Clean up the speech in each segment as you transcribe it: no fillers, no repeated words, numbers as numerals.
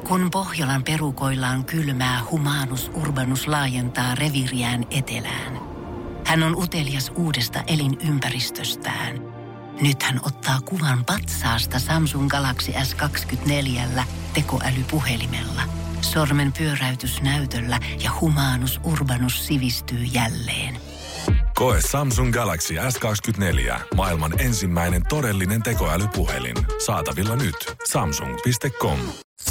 Kun Pohjolan perukoillaan kylmää, Humanus Urbanus laajentaa reviiriään etelään. Hän on utelias uudesta elinympäristöstään. Nyt hän ottaa kuvan patsaasta Samsung Galaxy S24 tekoälypuhelimella. Sormen pyöräytys näytöllä ja Humanus Urbanus sivistyy jälleen. Koe Samsung Galaxy S24. Maailman ensimmäinen todellinen tekoälypuhelin. Saatavilla nyt. Samsung.com.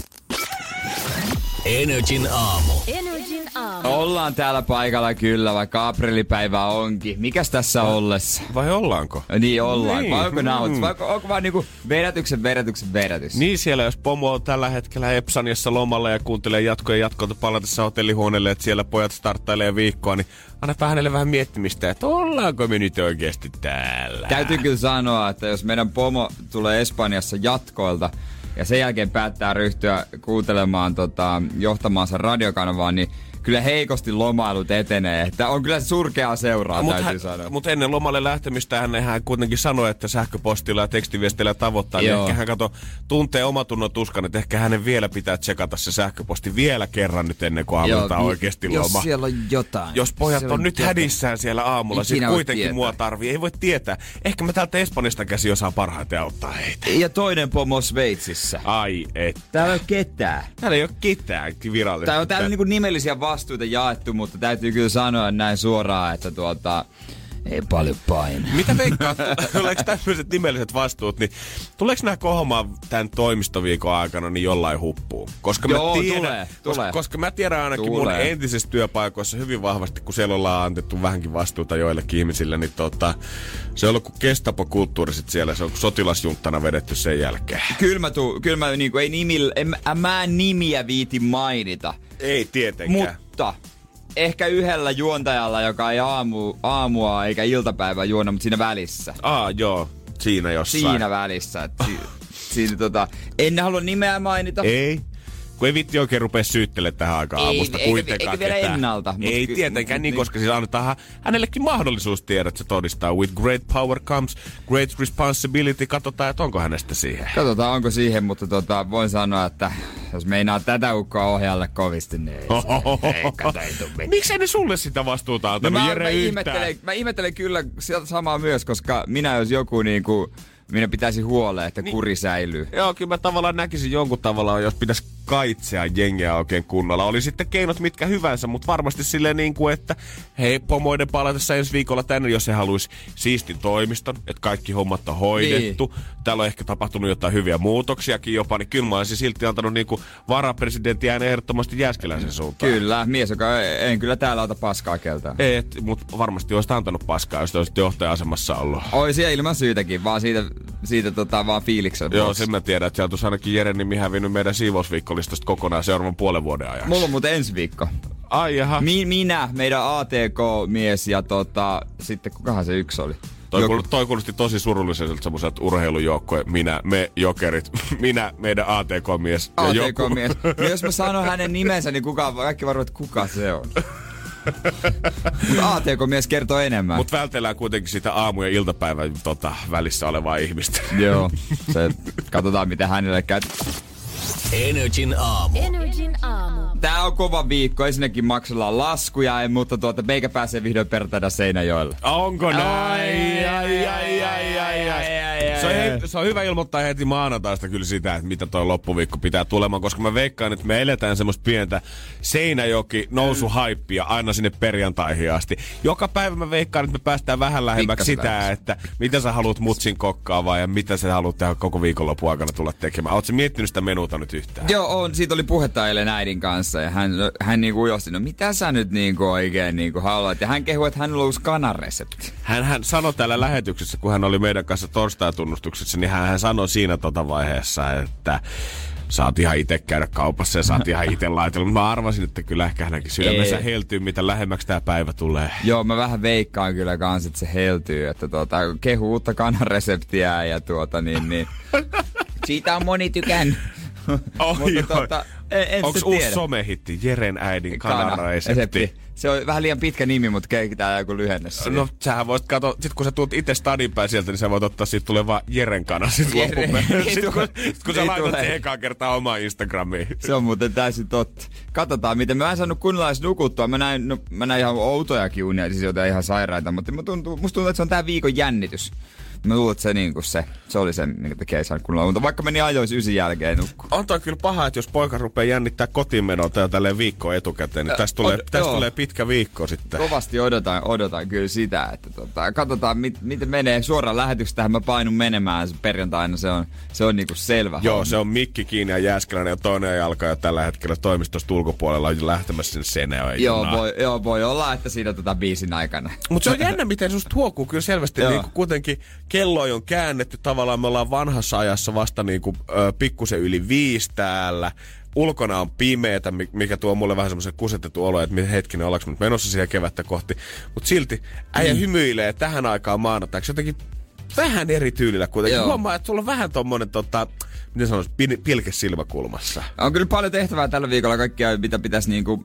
Energin aamu. Ollaan täällä paikalla kyllä, vaikka aprillipäivä onkin. Mikäs tässä ollessa? Vai ollaanko? Niin ollaan. Niin. Vai onko nautis? Vai onko vaan niinku vedätyksen vedätys? Niin siellä, jos pomo on tällä hetkellä Epsaniassa lomalla ja kuuntelee jatkolta palatessa hotellihuoneelle, että siellä pojat starttailee viikkoa, niin annapa hänelle vähän miettimistä, että ollaanko me nyt oikeasti täällä. Täytyy kyllä sanoa, että jos meidän pomo tulee Espanjassa jatkoilta ja sen jälkeen päättää ryhtyä kuuntelemaan johtamaansa radiokanavaa, niin kyllä heikosti lomailut etenee. Että on kyllä surkeaa seuraa, täytyy sanoa. Mutta ennen lomalle lähtemistä hän kuitenkin sanoi, että sähköpostilla ja tekstiviesteillä tavoittaa. Niin ehkä hän tuntee omatunnon tuskan, että ehkä hänen vielä pitää tsekata se sähköposti vielä kerran nyt ennen kuin aamutaan oikeasti loma. Jos siellä on jotain. Jos pojat on nyt hädissään siellä aamulla, sitten kuitenkin mua tarvii. Ei voi tietää. Ehkä mä täältä Espanjasta käsi osaan parhaiten auttaa heitä. Ja toinen pomo Sveitsissä. Ai et. Täällä ei ole ketään. Täällä ei ole ketään virallisesti. Täällä on niinku nimellisiä vastuita jaettu, mutta täytyy kyllä sanoa näin suoraan, että ei paljon paina. Mitä veikkaat, tuleeko tämmöiset nimelliset vastuut, niin tuleeko nämä kohomaan tämän toimistoviikon aikana niin jollain huppuun? Koska koska mä tiedän ainakin mun entisessä työpaikoissa hyvin vahvasti, kun siellä ollaan antettu vähänkin vastuuta joillekin ihmisille, niin se on ollut kuin Gestapo-kulttuuri sit siellä, se on sotilasjunttana vedetty sen jälkeen. Kyllä mä niinku, mä nimiä viitin mainita. Ei tietenkään. Mutta ehkä yhdellä juontajalla, joka ei aamua eikä iltapäivää juona, mutta siinä välissä. Joo. Siinä jossain. Siinä välissä. En halua nimeä mainita. Ei. Kun ei vitti oikein rupea syyttelemään tähän aikaan aamusta kuitenkaan eikä vielä ennalta. Ei tietenkään niin, koska siis annetaan hänellekin mahdollisuus tiedä, että se todistaa. With great power comes great responsibility. Katsotaan, että onko hänestä siihen. Katsotaan, onko siihen, mutta voin sanoa, että jos meinaa tätä ukkoa ohjaalle kovisti, niin ei tule mitään. Miksei ne sulle sitä vastuuta antanut, Jere, yhtään? Mä ihmettelen kyllä sieltä samaa myös, koska minä jos joku niinku... Minä pitäisi huoleen, että kuri säilyy. Joo, kyllä mä tavallaan näkisin jonkun tavalla, jos pitäisi kaitsea jengiä oikein kunnolla. Oli sitten keinot mitkä hyvänsä, mutta varmasti silleen niin kuin, että hei, pomoiden palatessa ensi viikolla tänne, jos he haluaisi siistin toimiston, että kaikki hommat on hoidettu. Niin. Täällä on ehkä tapahtunut jotain hyviä muutoksiakin jopa, niin kyllä mä olisin silti antanut niin kuin varapresidentti äänen ehdottomasti Jääskeläisen suuntaan. Kyllä, mies, joka en kyllä täällä ota paskaa keltään. Mutta varmasti olisit antanut paskaa, jos olisit johtaja-asemassa ollut. Oisi ilman syytäkin, vaan siitä vaan fiiliksellä. Joo, sen mä tiedän, että sieltä olisi ainakin Jeren nimi hävinnyt meidän siivousviikkolistasta kokonaan seuraavan puolen vuoden ajaksi. Mulla on muuten ensi viikko. Ai jaha. Minä, meidän ATK-mies ja sitten kukahan se yksi oli? Toi kuulosti tosi surulliselta semmoiselta urheilujoukkoja. Me jokerit. Minä, meidän ATK-mies ja joku. ATK-mies. Jos mä sanon hänen nimensä, niin kaikki varmaan, että kuka se on. Mutta ATK-mies kertoo enemmän. Mutta vältellään kuitenkin sitä aamu- ja iltapäivän välissä olevaa ihmistä. Joo, katsotaan miten hänelle käy. Energin aamu. Tää on kova viikko. Ensinnäkin maksellaan laskuja, mutta meikä pääsee vihdoin perjantaina Seinäjoelle. Onko näin? Se on hyvä ilmoittaa heti maanantaista kyllä sitä, että mitä toi loppuviikko pitää tulemaan, koska mä veikkaan, että me eletään semmoista pientä Seinäjoki nousuhaippia aina sinne perjantaihin asti. Joka päivä mä veikkaan, että me päästään vähän lähemmäksi sitä, että mitä sä haluat mutsin kokkaavaa ja mitä sä haluat tehdä koko viikonlopun aikana tulla tekemään. Ootko sä miettinyt sitä menuta nyt yhtään? Joo, siitä oli puhetta eilen äidin kanssa ja hän niinku ujosti, no mitä sä nyt niinku oikein niinku haluat? Ja hän kehui, että hänellä on uusi kanaresepti. Hän sanoi täällä lähetyksessä, kun hän oli meidän kanssa torstai-tunnustuksessa, niin hän sanoi siinä vaiheessa, että saat ihan itse käydä kaupassa ja saat ihan itse laitella. Mä arvasin, että kyllä ehkä hänenkin sydämensä heltyy, mitä lähemmäksi tää päivä tulee. Joo, mä vähän veikkaan kyllä kans, että se heltyy. Että kehu uutta kanareseptiä ja niin. Siitä on moni tykännyt. Onks uusi somehitti? Jeren äidin kananaresepti. Se on vähän liian pitkä nimi, mutta keikitään joku lyhenne. No, sähän voisit katsoa, sit kun sä tulet itse stadin päin sieltä, niin sä voit ottaa siitä tulevaa Jeren kana sit loppuun. Kun sä laitat sen ekaa kertaa omaan Instagramiin. Se on muuten täysin totta. Katsotaan, miten. Mä en saanut kunnolla edes nukuttua. Mä näin ihan outojakin unia, siis jotain ihan sairaita, mutta musta tuntuu, että se on tää viikon jännitys. Mä luulen, että se oli se, minkä takia ei saanut kunnolla. Mutta vaikka meni ajois 9 jälkeen nukkua. On toi kyllä paha, että jos poika rupeaa jännittää kotiinmenoa tai tälleen viikkoa etukäteen, niin tästä tulee pitkä viikko sitten. Kovasti odotan kyllä sitä, että katsotaan miten menee. Suoraan lähetyksestähän mä painun menemään perjantaina, se on niinku selvä. Joo, se on mikki kiinni ja Jääskeläinen ja toinen jalka ja tällä hetkellä toimistosta ulkopuolella on lähtemässä sinne Seinäjoen. Joo, voi olla, että siinä biisin aikana. Mutta se on jännä, miten susta huokuu kyllä selvästi niinku kuitenkin. Kello on käännetty, tavallaan me ollaan vanhassa ajassa vasta niinku pikkusen yli 5 täällä. Ulkona on pimeetä, mikä tuo mulle vähän semmoisen kusetetun olo, että hetkinen, ollaanko nyt menossa siihen kevättä kohti. Mutta silti äijä hymyilee tähän aikaan maanantaiksi jotenkin vähän eri tyylillä kuitenkin. Huomaa, että sulla on vähän tommonen miten sanois, pilke silmäkulmassa. On kyllä paljon tehtävää tällä viikolla, kaikkia mitä pitäisi niinku...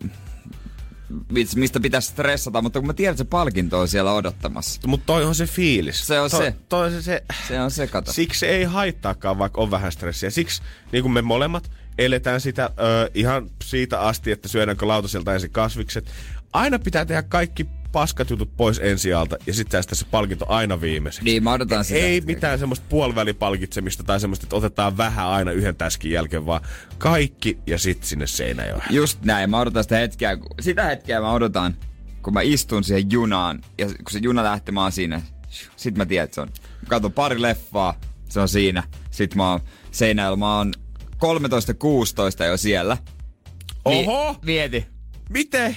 mistä pitäisi stressata, mutta kun mä tiedän, että se palkinto on siellä odottamassa. Mutta toi on se fiilis. Se on se. Se on se, kato. Siksi ei haittaakaan, vaikka on vähän stressiä. Siksi niin kuin me molemmat eletään sitä ihan siitä asti, että syödäänkö lautasilta ensin kasvikset. Aina pitää tehdä kaikki paskat jutut pois ensi alta ja sitten säästää se palkinto aina viimeiseksi. Niin, mä odotan sitä. Ei mitään semmoista puolivälipalkitsemista tai semmoista, että otetaan vähän aina yhden täskin jälkeen, vaan kaikki ja sitten sinne Seinäjoelle. Just näin, mä odotan sitä hetkeä mä odotan, kun mä istun siihen junaan ja kun se juna lähtemään siinä, sit mä tiedän, että se on. Katon pari leffaa, se on siinä. Sitten mä oon Seinäjoella, mä oon 13.16 jo siellä. Oho! Mieti. Miten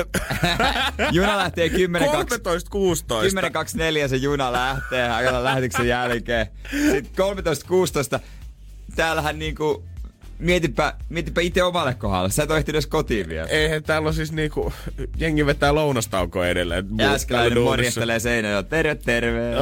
Juna lähtee 10.24 10.24 se juna lähtee, aikaan lähetyksen jälkeen. Sitten 13.16 täällähän niinku, mietipä itse omalle kohdalle. Sä et ole ehtinyt edes kotiin vielä. Eihän täällä on siis niinku, jengi vetää lounastaukoa edelleen. Jääskeläinen morjestelee Seinäjoella. Terve.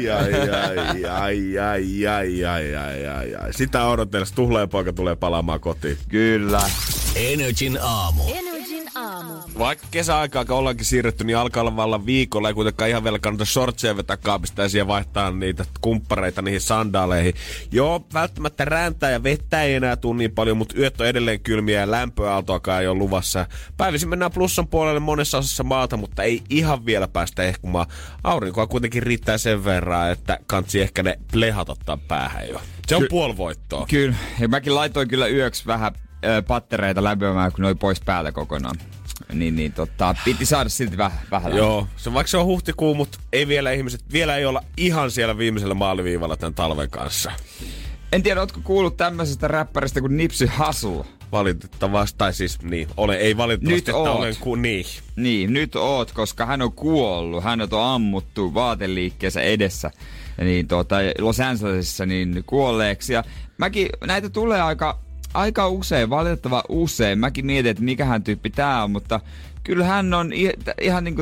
Ai. Sitä odotellessa tuhlaajapoika tulee palaamaan kotiin. Kyllä. Energin aamu. Vaikka kesäaikaa ollaankin siirretty, niin alkaa olla vallan viikolla. Ei kuitenkaan ihan vielä kannata shortseja vetää kaapista ja siihen vaihtaa niitä kumppareita niihin sandaaleihin. Joo, välttämättä räntää ja vettä ei enää tule niin paljon, mutta yöt on edelleen kylmiä ja lämpöaaltoakaan ei ole luvassa. Päivisin mennään plussan puolelle monessa osassa maata, mutta ei ihan vielä päästä ehkumaan. Aurinkoa kuitenkin riittää sen verran, että kansi ehkä ne plehat ottaa päähän jo. Se on puolivoittoa. Kyllä, ja mäkin laitoin kyllä yöksi vähän pattereita lämpimään, kun ne oli pois päältä kokonaan. Niin, piti saada silti vähän. Joo, vaikka se on huhtikuu, mutta ei vielä ei olla ihan siellä viimeisellä maaliviivalla tämän talven kanssa. En tiedä, ootko kuullut tämmöisestä räppäristä kuin Nipsey Hussle? Valitettavasti, tai siis niin, ei valitettavasti, nyt että oot. olen niin. Niin, nyt oot, koska hän on kuollut. Hänet on ammuttu vaateliikkeessä edessä. Niin Los Angelesissa niin kuolleeksi. Ja näitä tulee aika usein, valitettavan usein. Mäkin mietin, että mikähän tyyppi tää on, mutta kyllä hän on ihan niinku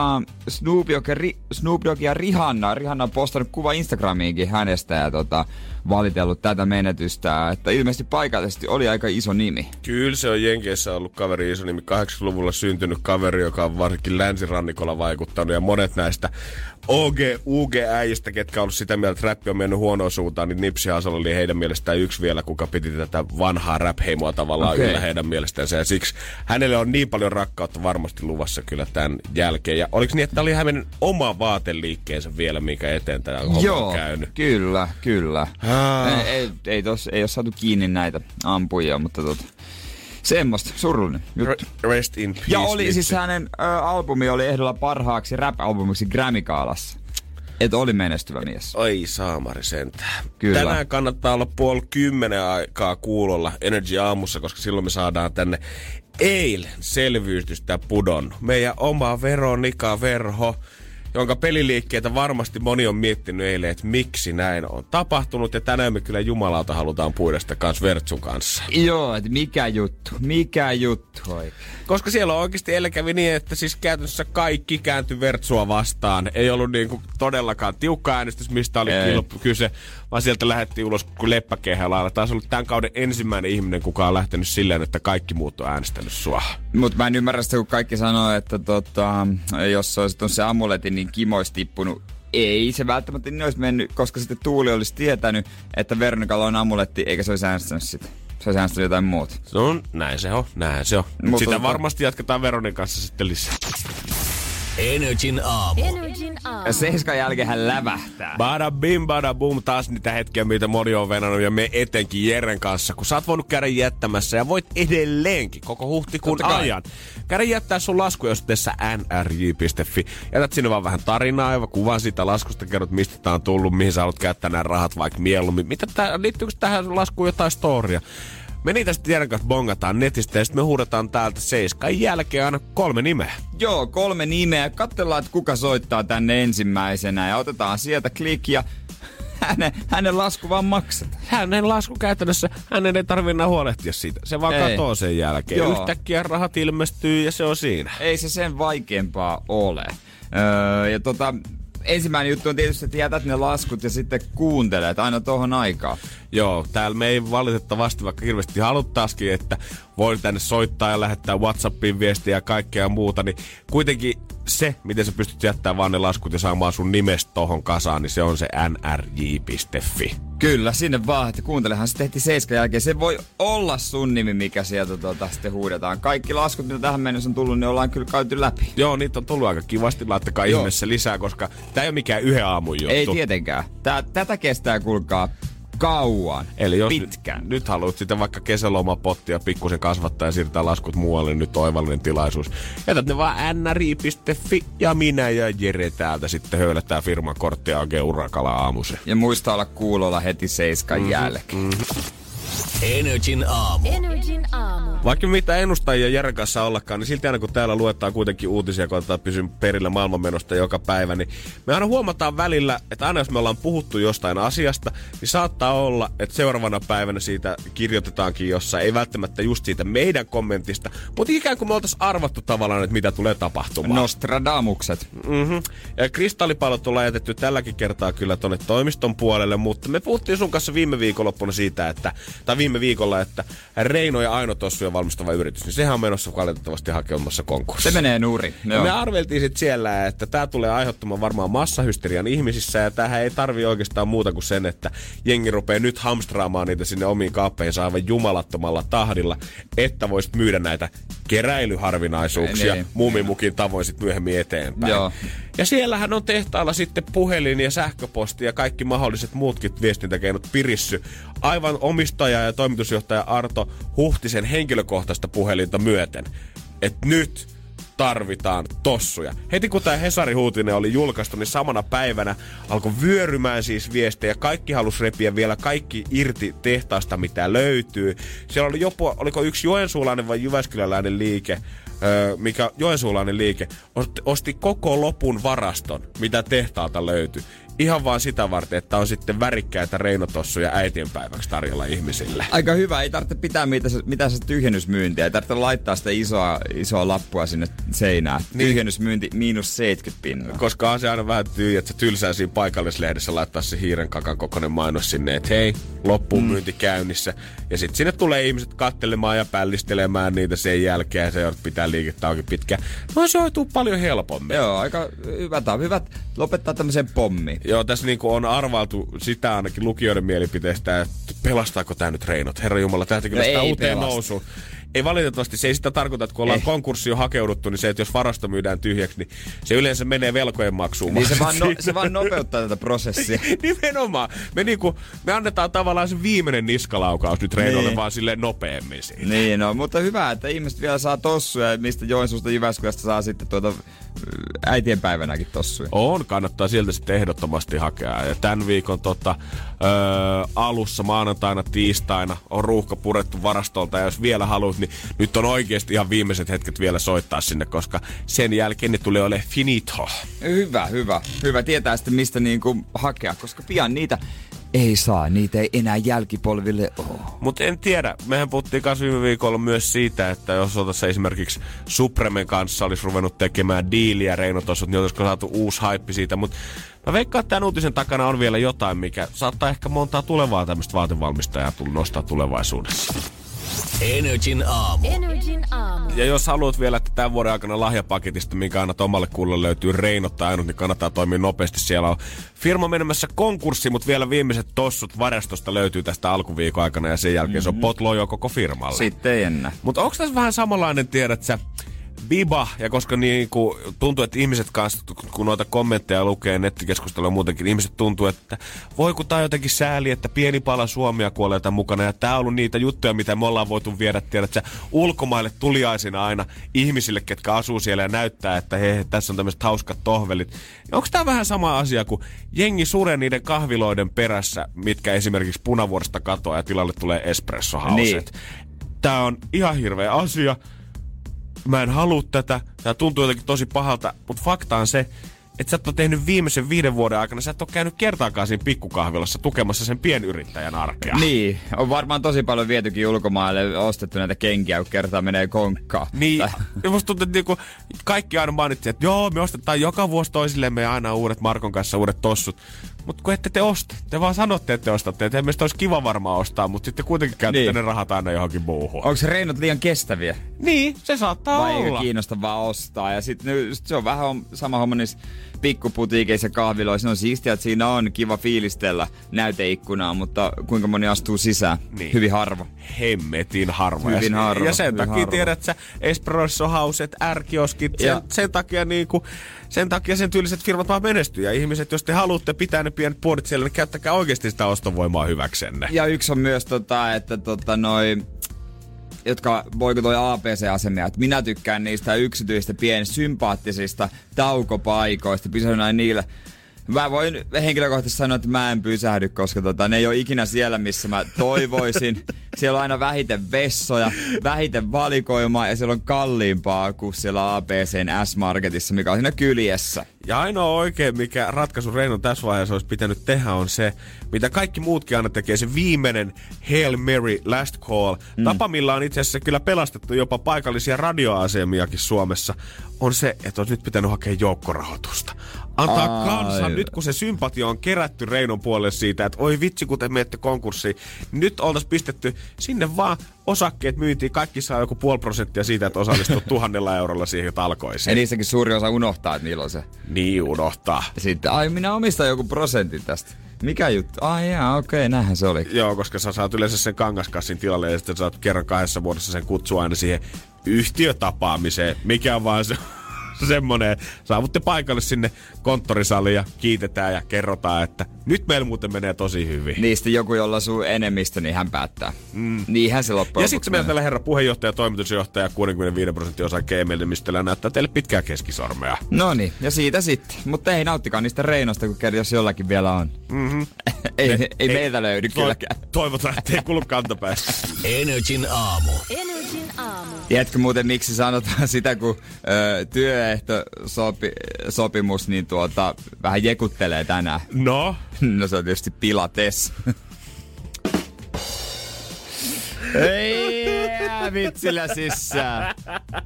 Snoop Dogg ja Rihanna. Rihanna on postannut kuva Instagramiinkin hänestä ja valitellut tätä menetystä. Että ilmeisesti paikallisesti oli aika iso nimi. Kyllä se on Jenkeissä ollut kaveri iso nimi. 80-luvulla syntynyt kaveri, joka on varsinkin länsirannikolla vaikuttanut. Ja monet näistä UG-äijistä, ketkä on ollut sitä mieltä, että räppi on mennyt huonoon suuntaan, niin Nipsey Hussle oli heidän mielestään yksi vielä, kuka piti tätä vanhaa rap-heimoa tavallaan yllä heidän mielestänsä. Ja siksi hänelle on niin paljon rakkautta varmasti luvassa kyllä tämän jälkeen. Ja oliko niin, että oli hänen oma vaateliikkeensä vielä, minkä eteen tämä homma on käynyt? Kyllä. Ei ole saatu kiinni näitä ampujia, mutta semmoista, surullinen juttu. Rest in peace. Ja oli siis hänen albumi oli ehdolla parhaaksi rap-albumiksi Grammy-gaalassa. Että oli menestyvä mies. Oi saamari sentään. Kyllä. Tänään kannattaa olla 9:30 aikaa kuulolla Energy aamussa, koska silloin me saadaan tänne eilen selviytystä pudonnut. Meidän oma Veronika Verho. jonka peliliikkeitä varmasti moni on miettinyt eilen, että miksi näin on tapahtunut. Ja tänään me kyllä jumalauta halutaan puida sitä kans Vertsun kanssa. Joo, että mikä juttu oikein. Koska siellä on oikeasti eilen kävi niin, että siis käytännössä kaikki kääntyi Vertsua vastaan. Ei ollut niinku todellakaan tiukka äänestys, mistä oli kyse, vaan sieltä lähdettiin ulos kuin leppäkehällä. Taas ollut tämän kauden ensimmäinen ihminen, kuka on lähtenyt silleen, että kaikki muut on äänestänyt sua. Mutta mä en ymmärrä sitä, kun kaikki sanoo, että jos se olisi se amuletin, niin Kimo olisi tippunut. Ei se välttämättä niin olisi mennyt, koska sitten Tuuli olisi tietänyt, että Veronikalla on amuletti, eikä se olisi äänestänyt sitä. Se olisi äänestänyt jotain muuta. No, näin se on. Sitä varmasti jatketaan Veronin kanssa sitten lisää. Energin aamu. Ja 7 jälkeen hän lävähtää. Bada bim, bada boom. Taas niitä hetkiä, mitä moni on venannut ja me etenkin Jeren kanssa. Kun sä oot voinut käydä jättämässä ja voit edelleenkin koko huhtikuun ajan käydä jättää sun lasku osoitteessa nrj.fi. Jätät sinne vaan vähän tarinaa ja kuvan siitä laskusta, kerrot mistä tää on tullut, mihin sä haluat käyttää nämä rahat vaikka mieluummin. Liittyykö tähän laskuun jotain storia? Me niitä sitten Jeren kanssa bongataan netistä ja sitten me huudetaan täältä 7 jälkeen aina 3 nimeä. Joo, 3 nimeä. Katsellaan, että kuka soittaa tänne ensimmäisenä ja otetaan sieltä klik ja hänen lasku vaan maksetaan. Hänen lasku käytännössä, hänen ei tarvitse enää huolehtia siitä. Se vaan katoo sen jälkeen. Joo. Yhtäkkiä rahat ilmestyy ja se on siinä. Ei se sen vaikeampaa ole. Ensimmäinen juttu on tietysti, että jätät ne laskut ja sitten kuuntelet aina tohon aikaan. Joo, täällä me ei valitettavasti, vaikka hirveästi haluttaisikin, että voi tänne soittaa ja lähettää WhatsAppiin viestiä ja kaikkea muuta, niin kuitenkin se, miten sä pystyt jättämään vaan ne laskut ja saamaan sun nimestä tohon kasaan, niin se on se nrj.fi. Kyllä, sinne vaan, että kuuntelehan se tehtiin 7 jälkeen. Se voi olla sun nimi, mikä sieltä sitten huudetaan. Kaikki laskut, mitä tähän mennessä on tullut, ne ollaan kyllä käyty läpi. Joo, niitä on tullut aika kivasti. Laittakaa ihmeessä lisää, koska tää ei ole mikään yhden aamun juttu. Ei tietenkään. Tätä kestää kuulkaa kauan, eli jos pitkään. Nyt haluat sitten vaikka kesälomapottia pikkusen kasvattaa ja siirtää laskut muualle, niin nyt oivallinen tilaisuus. Jätät ne vaan nri.fi ja minä ja Jere täältä sitten höylätään firman korttia oikein urakalla aamusen. Ja muista olla kuulolla heti 7 jälkeen. Energin aamu. Vaikka mitä ennustajia Jeren kanssa ollakaan, niin silti aina kun täällä luetaan kuitenkin uutisia, kun otetaan pysyä perillä maailmanmenosta joka päivä, niin me aina huomataan välillä, että aina jos me ollaan puhuttu jostain asiasta, niin saattaa olla, että seuraavana päivänä siitä kirjoitetaankin jossain, ei välttämättä just siitä meidän kommentista, mutta ikään kuin me oltaisiin arvattu tavallaan, että mitä tulee tapahtumaan. Nostradamukset. Ja kristallipallot ollaan jätetty tälläkin kertaa kyllä tonne toimiston puolelle, mutta me puhuttiin sun kanssa viime viikonloppuna siitä, että Reino ja Aino Tossuja valmistava yritys, niin sehän on menossa valitettavasti hakemassa konkurssiin. Se menee nurin. Me arveltiin sitten siellä, että tämä tulee aiheuttamaan varmaan massahysterian ihmisissä, ja tähän ei tarvi oikeastaan muuta kuin sen, että jengi rupeaa nyt hamstraamaan niitä sinne omiin kaappeihinsa aivan jumalattomalla tahdilla, että voisit myydä näitä keräilyharvinaisuuksia Muumimukin tavoin sitten myöhemmin eteenpäin. Joo. Ja siellähän on tehtaalla sitten puhelin ja sähköposti ja kaikki mahdolliset muutkin viestintäkeinot pirissy. Aivan omistaja ja toimitusjohtaja Arto Huhtisen henkilökohtaista puhelinta myöten. Et nyt tarvitaan tossuja. Heti kun tämä Hesari-uutinen oli julkaistu, niin samana päivänä alkoi vyörymään siis viestejä. Kaikki halusi repiä vielä kaikki irti tehtaasta, mitä löytyy. Siellä oli oliko yksi joensuulainen vai jyväskyläläinen liike, mikä joensuulainen liike, osti koko lopun varaston, mitä tehtaalta löytyi. Ihan vaan sitä varten, että on sitten värikkäitä reinotossuja äitienpäiväksi tarjolla ihmisille. Aika hyvä, ei tarvitse pitää mitään se tyhjennysmyyntiä. Ei tarvitse laittaa sitä isoa lappua sinne seinään. Niin. Tyhjennysmyynti -70 %. Koska on se aina vähän tyy, että se tylsää siinä paikallislehdessä laittaa se hiiren kakan kokoinen mainos sinne, että hei, loppuun myynti käynnissä. Ja sitten sinne tulee ihmiset kattelemaan ja pällistelemään niitä sen jälkeen ja se pitää liikettä auki pitkään. No se hoituu paljon helpommin. Joo, aika hyvä. Tämä on hyvä lopettaa tämmöiseen pommiin. Joo, tässä niinku on arvailtu sitä ainakin lukijoiden mielipiteestä, että pelastaako tämä nyt Reinot? Herra Jumala, tähti kyllä sitä uuteen nousuun. Ei valitettavasti, se ei sitä tarkoita, että kun ollaan konkurssiin hakeuduttu, niin se, että jos varasto myydään tyhjäksi, niin se yleensä menee velkojen maksuun. Niin se vaan nopeuttaa tätä prosessia. Nimenomaan. Me annetaan tavallaan se viimeinen niskalaukaus nyt Reinolle vaan silleen nopeammin siitä. Niin, no, mutta hyvä, että ihmiset vielä saa tossuja, mistä Joensuusta Jyväskylästä saa sitten äitienpäivänäkin tossuja. Kannattaa sieltä sitten ehdottomasti hakea. Ja tämän viikon alussa maanantaina, tiistaina on ruuhka purettu varastolta, ja jos vielä haluat niin nyt on oikeasti ihan viimeiset hetket vielä soittaa sinne, koska sen jälkeen ne tulee olemaan finito. Hyvä tietää sitten mistä niinku hakea, koska pian niitä niitä ei enää jälkipolville ole. Mutta en tiedä. Mehän puhuttiin kanssa viime viikolla myös siitä, että jos oltaisiin esimerkiksi Supremen kanssa olisi ruvennut tekemään diiliä Reino-tossut, niin olisiko saatu uusi haippi siitä. Mutta mä veikkaan, että tämän uutisen takana on vielä jotain, mikä saattaa ehkä montaa tulevaa tämmöistä vaatevalmistajaa nostaa tulevaisuudessa. Energin aamu. Ja jos haluat vielä, että tämän vuoden aikana lahjapaketista, minkä annat omalle kuulolle löytyy Reinot tai ainut, niin kannattaa toimia nopeasti. Siellä on firma menemässä konkurssiin, mutta vielä viimeiset tossut varastosta löytyy tästä alkuviikon aikana ja sen jälkeen se on potlojo koko firmalle. Sitten ei enää. Mutta onko tässä vähän samanlainen, tiedät sä, biba, ja koska niinku tuntuu, että ihmiset kanssa, kun noita kommentteja lukee nettikeskustelua muutenkin, ihmiset tuntuu, että voi kun tää on jotenkin sääli, että pieni pala Suomea kuolee tämän mukana, ja tää on ollut niitä juttuja, mitä me ollaan voitu viedä, tiedät sä, ulkomaille tuliaisina aina ihmisille, ketkä asuu siellä ja näyttää, että hei, tässä on tämmöiset hauskat tohvelit. Onko tää vähän sama asia, kun jengi suree niiden kahviloiden perässä, mitkä esimerkiksi Punavuoresta katoaa ja tilalle tulee espressohauset? Niin. Tää on ihan hirveä asia. Mä en halua tätä. Tää tuntuu jotenkin tosi pahalta, mutta fakta on se, että sä et ole tehnyt viimeisen 5 vuoden aikana, sä et ole käynyt kertaakaan siinä pikkukahvilassa tukemassa sen pienyrittäjän arkea. Niin, on varmaan tosi paljon vietykin ulkomaille, ostettu näitä kenkiä, kun kertaa menee konkkaan. Niin, ja musta tuntuu, että niinku kaikki aina mainitsi, että joo, me ostetaan joka vuosi toisillemme aina uudet Markon kanssa uudet tossut. Mutta kun ette te osta, te vaan sanotte, että te ostatte, että meistä olisi kiva varmaan ostaa, mutta sitten kuitenkin käytätte ne rahat aina johonkin muuhun. Onko se Reinot liian kestäviä? Niin, se saattaa olla. Vai olla. Kiinnostavaa ostaa. Ja sitten se on vähän sama homma niissä pikkuputiikeissa ja kahviloissa. On siistiä, että siinä on kiva fiilistellä näyteikkunaa, mutta kuinka moni astuu sisään? Niin. Hyvin harva. Hemmetin harva. Hyvin harva. Ja sen takia tiedät sä, espressohauset, R-kioskit, sen takia niinku... Sen takia sen tyyliset firmat vaan menestyy. Ja ihmiset, jos te haluatte pitää ne pienet puolet siellä, niin käyttäkää oikeasti sitä ostovoimaa hyväksenne. Ja yksi on myös että jotka boikotoi APC-asemia. Että minä tykkään niistä yksityistä pienistä sympaattisista taukopaikoista. Pysähdyn niillä. Mä voin henkilökohtaisesti sanoa, että mä en pysähdy, koska ne ei ole ikinä siellä, missä mä toivoisin. Siellä on aina vähiten vessoja, vähiten valikoimaa ja siellä on kalliimpaa kuin siellä ABCn S-Marketissa, mikä on siinä kyljessä. Ja ainoa oikein, mikä ratkaisu Reinon tässä vaiheessa olisi pitänyt tehdä, on se, mitä kaikki muutkin aina tekee, se viimeinen Hail Mary last call. Tapa, millä on itse asiassa kyllä pelastettu jopa paikallisia radioasemiakin Suomessa, on se, että olisi nyt pitänyt hakea joukkorahoitusta. Antaa kansan, nyt kun se sympatia on kerätty Reinon puolelle siitä, että oi vitsi, kun te menette konkurssiin, niin nyt oltaisiin pistetty sinne vaan osakkeet myyntiin. Kaikki saa joku 0,5% siitä, että osallistuu 1 000 eurolla siihen talkoisiin. Ja niissäkin suuri osa unohtaa, että niillä on se. Niin unohtaa. Ja sitten, minä omistan joku prosentin tästä. Mikä juttu? Okei, näinhän se oli. Joo, koska sä saat yleensä sen kangaskassin tilalle ja sitten saat kerran 2 vuodessa sen kutsua aina siihen yhtiötapaamiseen, mikä on vaan se... semmonen, saavutte paikalle sinne konttorisaliin ja kiitetään ja kerrotaan, että nyt meillä muuten menee tosi hyvin. Niistä joku, jolla asuu enemmistö, niin hän päättää. Niinhän se loppujen. Ja sitten meillä tällä herra puheenjohtaja, toimitusjohtaja 65% osakkeen enemmistöllä näyttää teille pitkää keskisormea. Noniin, ja siitä sitten. Mutta ei, nauttikaa niistä Reinosta, kun jos jollakin vielä on. ei meiltä löydy kylläkään. Toivotaan, ettei kulu kantapäästä. Energin aamu. Tiedätkö muuten, miksi sanotaan sitä, kun työehtosopimus niin vähän jekuttelee tänään? No? No se on tietysti pilates. Ei vitsillä sisään.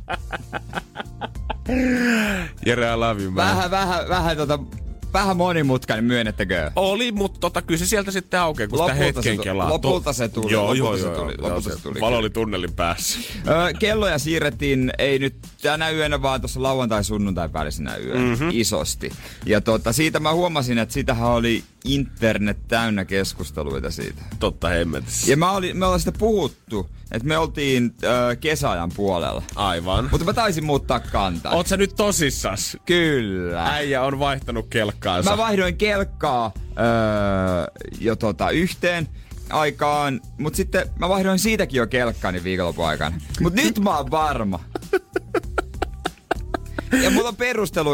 Jere, I love you, man. Vähän monimutkainen, myönnettäkö? Oli, mutta kyllä se sieltä sitten aukeaa, kun sitä hetken kelaa. Lopulta se tuli. Joo. Valo oli tunnelin päässä. Kelloja siirrettiin, ei nyt tänä yönä, vaan tuossa lauantai-sunnuntai välisenä yönä isosti. Ja siitä mä huomasin, että sitähän oli internet täynnä keskusteluita siitä. Totta hemmetissä. Ja me ollaan sitä puhuttu, että me oltiin kesäajan puolella. Aivan. Mutta mä taisin muuttaa kantaa. Oot sä nyt tosissas? Kyllä. Äijä on vaihtanut kelkkaansa. Mä vaihdoin kelkkaa jo yhteen aikaan, mut sitten mä vaihdoin siitäkin jo kelkkaani viikonlopun aikana. Mut nyt mä oon varma. Ja mulla on perusteluita,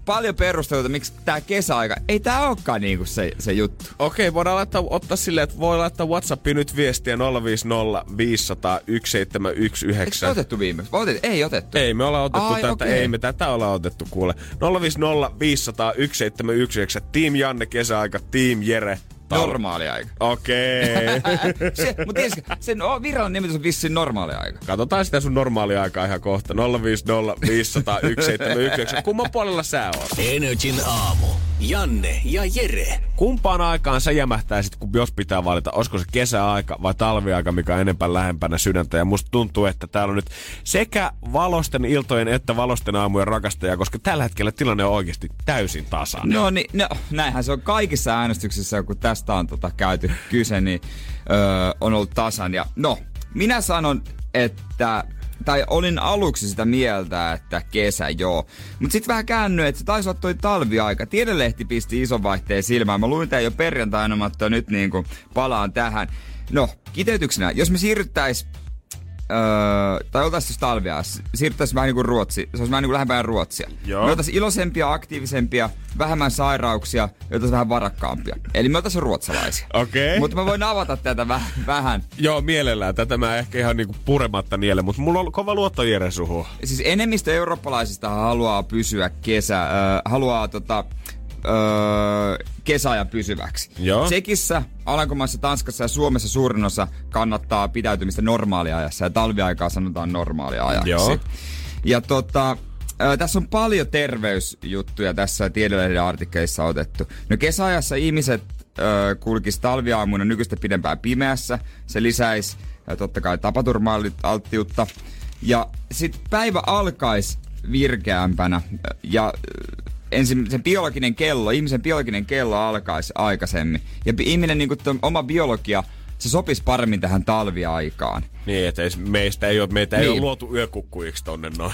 paljon perusteluita, miksi tää kesäaika, ei tää olekaan niinku se juttu. Okei, voidaan ottaa silleen, että voi laittaa WhatsAppiin nyt viestiä 050 500 1719. Eikö se otettu viimeksi? Ei otettu. Ei, me ollaan otettu tätä. okei. Ei, me tätä ollaan otettu, kuule. 050 500 1719. Team Janne kesäaika, Team Jere. Normaali aika. Okei. Mutta tiesitkö, sen virallinen nimitys on vissiin normaali aika. Katsotaan sitä sun normaali aikaa ihan kohta. 050 500 1719. Kumman puolella sä oot? Energin aamu. Janne ja Jere. Kumpaan aikaan sä jämähtäisit, kun jos pitää valita? Olisiko se kesäaika vai talviaika, mikä on enempää lähempänä sydäntä? Ja musta tuntuu, että täällä on nyt sekä valosten iltojen että valosten aamujen rakastaja, koska tällä hetkellä tilanne on oikeasti täysin tasainen. No niin, näinhän se on kaikissa äänestyksissä, kun tästä on käyty kyse, niin on ollut tasan. Ja minä sanon, että tai olin aluksi sitä mieltä, että kesä joo. Mutta sitten vähän käännyin, että se taisi olla toi talviaika. Tiedelehti pisti ison vaihteen silmään. Mä luin tää jo perjantaina, mutta nyt niinku palaan tähän. No, kiteytyksenä, jos me siirryttäis tai oltais talvia, siirryttäis vähän niinku Ruotsi. Se olisi vähän niinku lähempään Ruotsia. Joo. Me oltais iloisempia, aktiivisempia, vähemmän sairauksia, ja oltais vähän varakkaampia. Eli me oltais ruotsalaisia. Okei. Mutta mä voin avata tätä vähän. Joo, mielellään. Tätä mä ehkä ihan niinku purematta niele, mutta mulla on kova luotto Jere suhun. Siis enemmistö eurooppalaisista haluaa pysyä kesäajan pysyväksi. Joo. Tsekissä, Alankomaissa, Tanskassa ja Suomessa suurin osa kannattaa pitäytymistä normaaliajassa ja talviaikaa sanotaan normaaliajaksi. Joo. Ja tässä on paljon terveysjuttuja tässä Tiedelehden artikkelissa otettu. No kesäajassa ihmiset kulkis talviaamuina nykyistä pidempään pimeässä. Se lisäisi totta kai tapaturma-alttiutta. Ja sit päivä alkaisi virkeämpänä ja ensin se ihmisen biologinen kello alkaisi aikaisemmin. Ja ihminen niin kuin oma biologia, se sopisi paremmin tähän talviaikaan. Niin, että meitä ei ole luotu yökukkuiksi tonne noin.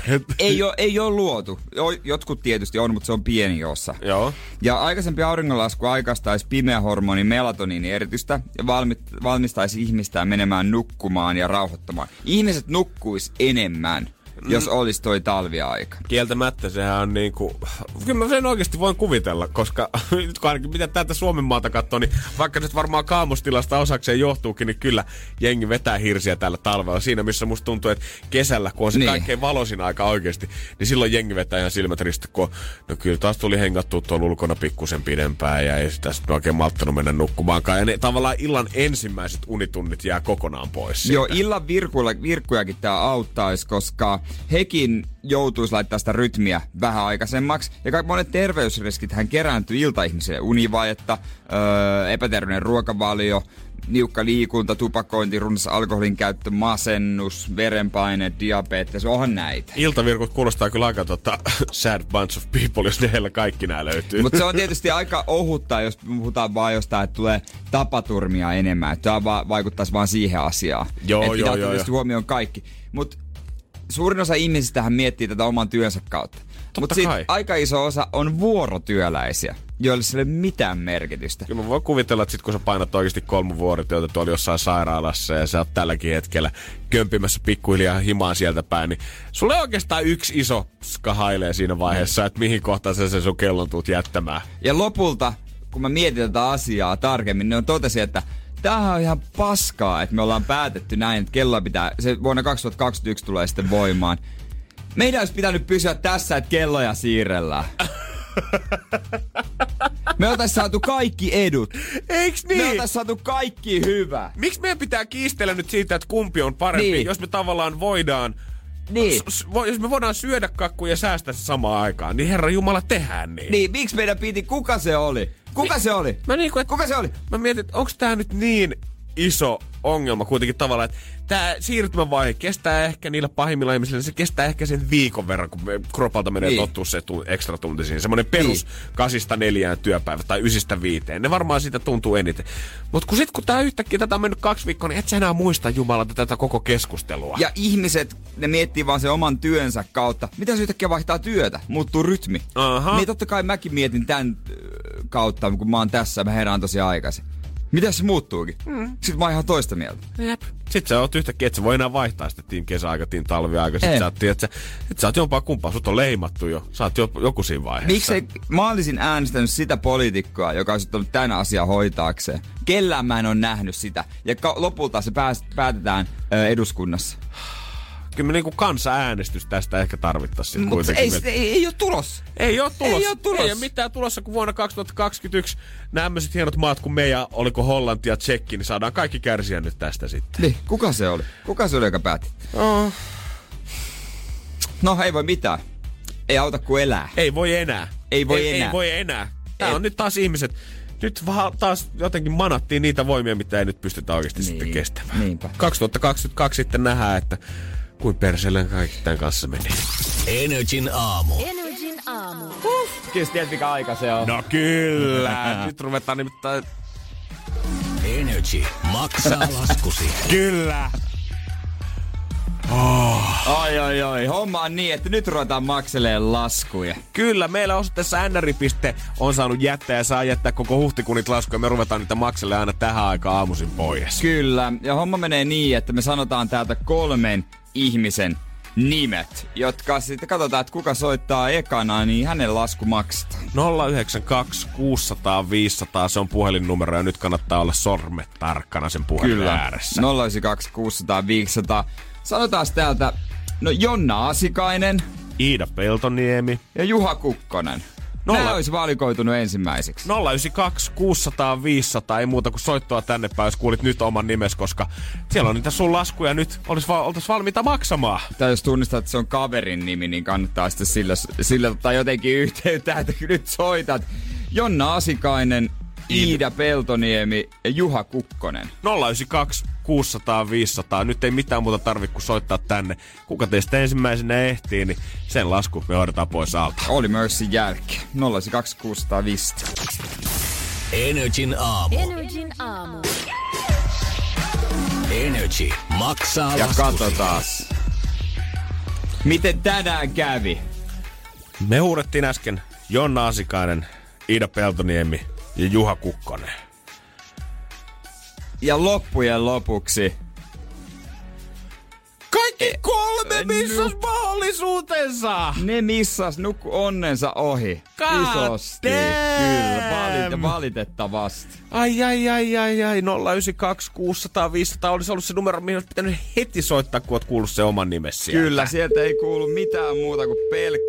Ei ole luotu. Jotkut tietysti on, mutta se on pieni osa. Joo. Ja aikaisempi auringonlasku aikaistaisi pimeä hormoni melatoniini eritystä ja valmistaisi ihmistä menemään nukkumaan ja rauhoittamaan. Ihmiset nukkuis enemmän, jos olisi toi talviaika. Kieltämättä sehän on niinku... Kyllä mä sen oikeasti voin kuvitella, koska nyt kun ainakin mitä täältä Suomen maalta katsoo, niin vaikka nyt varmaan kaamostilasta osakseen johtuukin, niin kyllä jengi vetää hirsiä tällä talvella. Siinä missä musta tuntuu, että kesällä, kun on se kaikkein valoisin aika oikeasti, niin silloin jengi vetää ihan silmät risti, kun no kyllä taas tuli hengattua tuolla ulkona pikkusen pidempään ja ei sitä sitten oikein malttanut mennä nukkumaankaan. Ja ne, tavallaan illan ensimmäiset unitunnit jää kokonaan pois siitä. Joo, illan virkkujakin tää auttaisi, koska hekin joutuisi laittaa sitä rytmiä vähän aikaisemmaksi. Ja kaikki monet terveysriskit hän kerääntyy iltaihmisille. Univajetta, epäterveinen ruokavalio, niukka liikunta, tupakointi, runsas alkoholin käyttö, masennus, verenpaine, diabetes, onhan näitä. Iltavirkut kuulostaa kyllä aika sad bunch of people, jos heillä kaikki nämä löytyy. Mutta se on tietysti aika ohuttaa, jos puhutaan vaan jostain, että tulee tapaturmia enemmän. Että tämä vaikuttaisi vaan siihen asiaan. Joo. Tietysti huomioon kaikki. Mutta suurin osa ihmisistähän miettii tätä oman työnsä kautta. Mutta sitten aika iso osa on vuorotyöläisiä, joille sillä ei ole mitään merkitystä. Kyllä mä voin kuvitella, että sit kun sä painat oikeasti 3 vuorotyötä tuolla jossain sairaalassa ja sä oot tälläkin hetkellä kömpimässä pikkuhiljaa himaan sieltä päin, niin sulle oikeastaan yksi iso skahailee siinä vaiheessa, että mihin kohtaan sä sun kellon tuut jättämään. Ja lopulta, kun mä mietin tätä asiaa tarkemmin, niin on totesi, että tämähän on ihan paskaa, että me ollaan päätetty näin, että kello pitää, se vuonna 2021 tulee sitten voimaan. Meidän olisi pitänyt pysyä tässä, että kelloja siirrellään. Me oltais saatu kaikki edut. Eiks niin? Me oltais saatu kaikki hyvä. Miksi meidän pitää kiistellä nyt siitä, että kumpi on parempi, niin, jos me tavallaan voidaan... Niin. Jos me voidaan syödä kakkuja ja säästää se samaan aikaan, niin Herra Jumala, tehdään niin. Niin, miksi meidän piti? Kuka se oli? Kuka se oli? Kuka se oli? Mä mietin, että onks tää nyt niin iso ongelma kuitenkin tavallaan, että tää siirtymävaihe kestää ehkä niillä pahimmilla ihmisillä, se kestää ehkä sen viikon verran, kun kropalta menee tottua se ekstra tunti siihen. Semmoinen perus 8-4 työpäivä tai 9-5. Ne varmaan siitä tuntuu eniten. Mutta kun tää yhtäkkiä tätä on mennyt 2 viikkoa, niin et sä enää muista Jumalalta tätä koko keskustelua. Ja ihmiset, ne miettii vaan sen oman työnsä kautta. Mitä se yhtäkkiä vaihtaa työtä? Muuttuu rytmi. Niin totta kai mäkin mietin tämän kautta, kun mä oon tässä, mä herään tosi aikaisin. Mitä se muuttuukin? Sitten mä oon ihan toista mieltä. Jep. Sitten sä oot yhtäkkiä, et sä voi enää vaihtaa sitä team kesäaika, team talviaika. Sitten sä oot jompaa kumpaa, sut on leimattu jo. Sä oot joku siinä vaiheessa. Miksei mä olisin äänestänyt sitä poliitikkoa, joka olisi ottanut tämän asian hoitaakseen? Kellään mä en ole nähnyt sitä. Ja lopulta se päätetään eduskunnassa. Kyllä me niinku kansanäänestys tästä ehkä tarvittaisiin kuitenkin. Mutta ei ole tulossa. Ei ole tulossa. Ei ole mitään tulossa, kun vuonna 2021 nämmäiset hienot maat kuin me ja oliko Hollanti ja Tsekki, niin saadaan kaikki kärsiä nyt tästä sitten. Niin, kuka se oli? Kuka se oli, joka päätti? No, ei voi mitään. Ei auta kuin elää. Ei voi enää. Ei voi enää. Tää on nyt taas ihmiset. Nyt taas jotenkin manattiin niitä voimia, mitä ei nyt pystytä oikeasti sitten kestämään. Niinpä. 2022 sitten nähdään, että kuin perseellen kaikki tämän kanssa meni. Energin aamu. Kyllä sä tiedät, mikä aika se on. No kyllä. Nyt ruvetaan nimittäin... Energy maksaa laskusi. Kyllä. Oi. Homma on niin, että nyt ruvetaan makseleen laskuja. Kyllä, meillä osoitteessa nri.fi on saanut jättää ja saa jättää koko huhtikuunit laskuja. Me ruvetaan niitä makselemaan aina tähän aikaan aamuisin pois. Kyllä, ja homma menee niin, että me sanotaan täältä 3 ihmisen nimet, jotka sitten katsotaan, että kuka soittaa ekana, niin hänen lasku maksetaan. 092 600 500, se on puhelinnumero ja nyt kannattaa olla sormet tarkkana sen puhelin ääressä. 092 600 500. Sanotaan täältä, no Jonna Asikainen, Iida Peltoniemi ja Juha Kukkonen. Nämä olisi valikoitunut ensimmäiseksi. 092 600 500, ei muuta kuin soittoa tänne päin, jos kuulit nyt oman nimes, koska siellä on niitä sun laskuja nyt, oltais valmiita maksamaan. Tai jos tunnistat, että se on kaverin nimi, niin kannattaa sitten sillä tai jotenkin yhteyttä, että nyt soitat. Jonna Asikainen, Iida Peltoniemi ja Juha Kukkonen. 092 600 500. Nyt ei mitään muuta tarvitse kuin soittaa tänne. Kuka teistä ensimmäisenä ehtii, niin sen lasku me hoidetaan pois alta. Oli Mercyn jälkeen. 092 600 500. Energin aamu. Energy maksaa ja laskusi. katsotaan, miten tänään kävi. Me huudettiin äsken Jonna Asikainen, Iida Peltoniemi ja Juha Kukkonen. Ja loppujen lopuksi kaikki 3 missas mahdollisuutensa! Ne missas onnensa ohi. Isosti. Kyllä, valitettavasti. Ai. 092 600 500 olisi ollut se numero, mihin olisi pitänyt heti soittaa, kun olet kuullut sen oman nimesi sieltä. Kyllä, sieltä ei kuulu mitään muuta kuin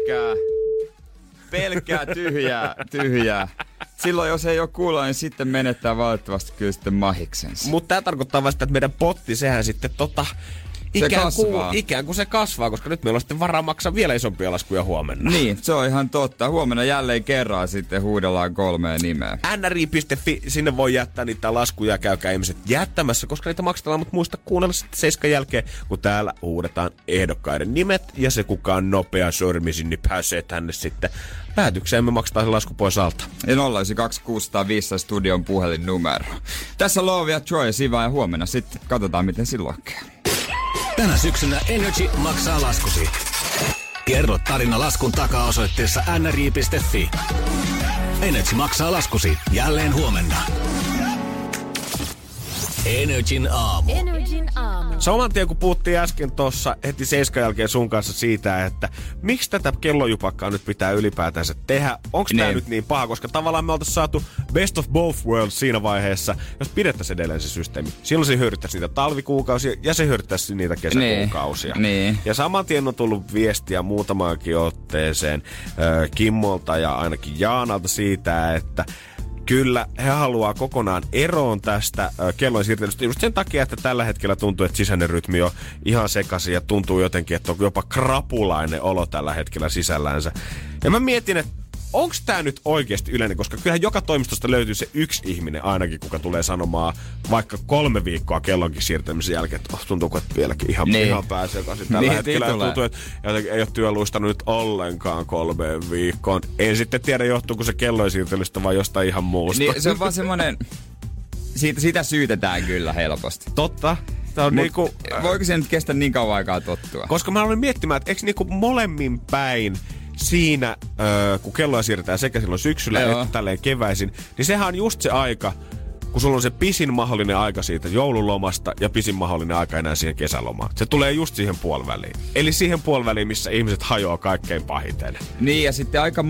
pelkkää tyhjää. Silloin jos ei ole kuulla, niin sitten menettää valitettavasti kyllä sitten mahiksensa. Mutta tämä tarkoittaa vasta, että meidän potti, sehän sitten ikään kuin se kasvaa, koska nyt meillä on sitten varaa maksaa vielä isompia laskuja huomenna. Niin, se on ihan totta. Huomenna jälleen kerran sitten huudellaan 3 nimeä. nri.fi, sinne voi jättää niitä laskuja, käykää ihmiset jättämässä, koska niitä maksetaan, mutta muista kuunnella sitten 7 jälkeen, kun täällä huudetaan ehdokkaiden nimet, ja se kuka on nopea sormisin, niin pääsee tänne sitten päätökseen. Me maksetaan se lasku pois alta. Ja 092 600 500 studion puhelinnumero. Tässä Lovia, Troy ja Siva, ja huomenna sitten katsotaan, miten silloin käy. Tänä syksynä Energy maksaa laskusi. Kerro tarina laskun takaa osoitteessa nri.fi. Energy maksaa laskusi jälleen huomenna. Energin aamu. Saman tien kun puhuttiin äsken tuossa heti 7 jälkeen sun kanssa siitä, että miksi tätä kellojupakkaa nyt pitää ylipäätänsä tehdä. Onko tää nyt niin paha, koska tavallaan me oltaisiin saatu best of both worlds siinä vaiheessa, jos pidettäisiin edelleen se systeemi. Silloin se hyödyttäisi niitä talvikuukausia ja se hyödyttäisi niitä kesäkuukausia. Niin. Ja saman tien on tullut viestiä muutamaankin otteeseen Kimmolta ja ainakin Jaanalta siitä, että kyllä, he haluaa kokonaan eroon tästä kellojen siirtelystä just sen takia, että tällä hetkellä tuntuu, että sisäinen rytmi on ihan sekaisin ja tuntuu jotenkin, että on jopa krapulainen olo tällä hetkellä sisällänsä. Ja mä mietin, että onks tää nyt oikeesti yleinen, koska kyllähän joka toimistosta löytyy se yksi ihminen ainakin, kuka tulee sanomaan vaikka 3 viikkoa kellonkin siirtämisen jälkeen, että tuntuuko, että vieläkin ihan pääsekaisin tällä hetkellä. Tuntuu, että ei ole työluistanut nyt ollenkaan 3 viikkoon. En sitten tiedä, johtuuko se kellojen siirtelystä vai jostain ihan muusta. Niin, se on vaan semmonen, sitä syytetään kyllä helposti. Totta. Niinku, voiko se nyt kestää niin kauan aikaa tottua? Koska mä olin miettimään, että eikö niinku molemmin päin siinä, kun kelloja siirretään sekä silloin syksyllä että tälleen keväisin, niin sehän on just se aika, kun sulla on se pisin mahdollinen aika siitä joululomasta ja pisin mahdollinen aika enää siihen kesälomaan. Se tulee just siihen puoliväliin. Eli siihen puoliväliin, missä ihmiset hajoaa kaikkein pahiten. Niin, ja sitten aika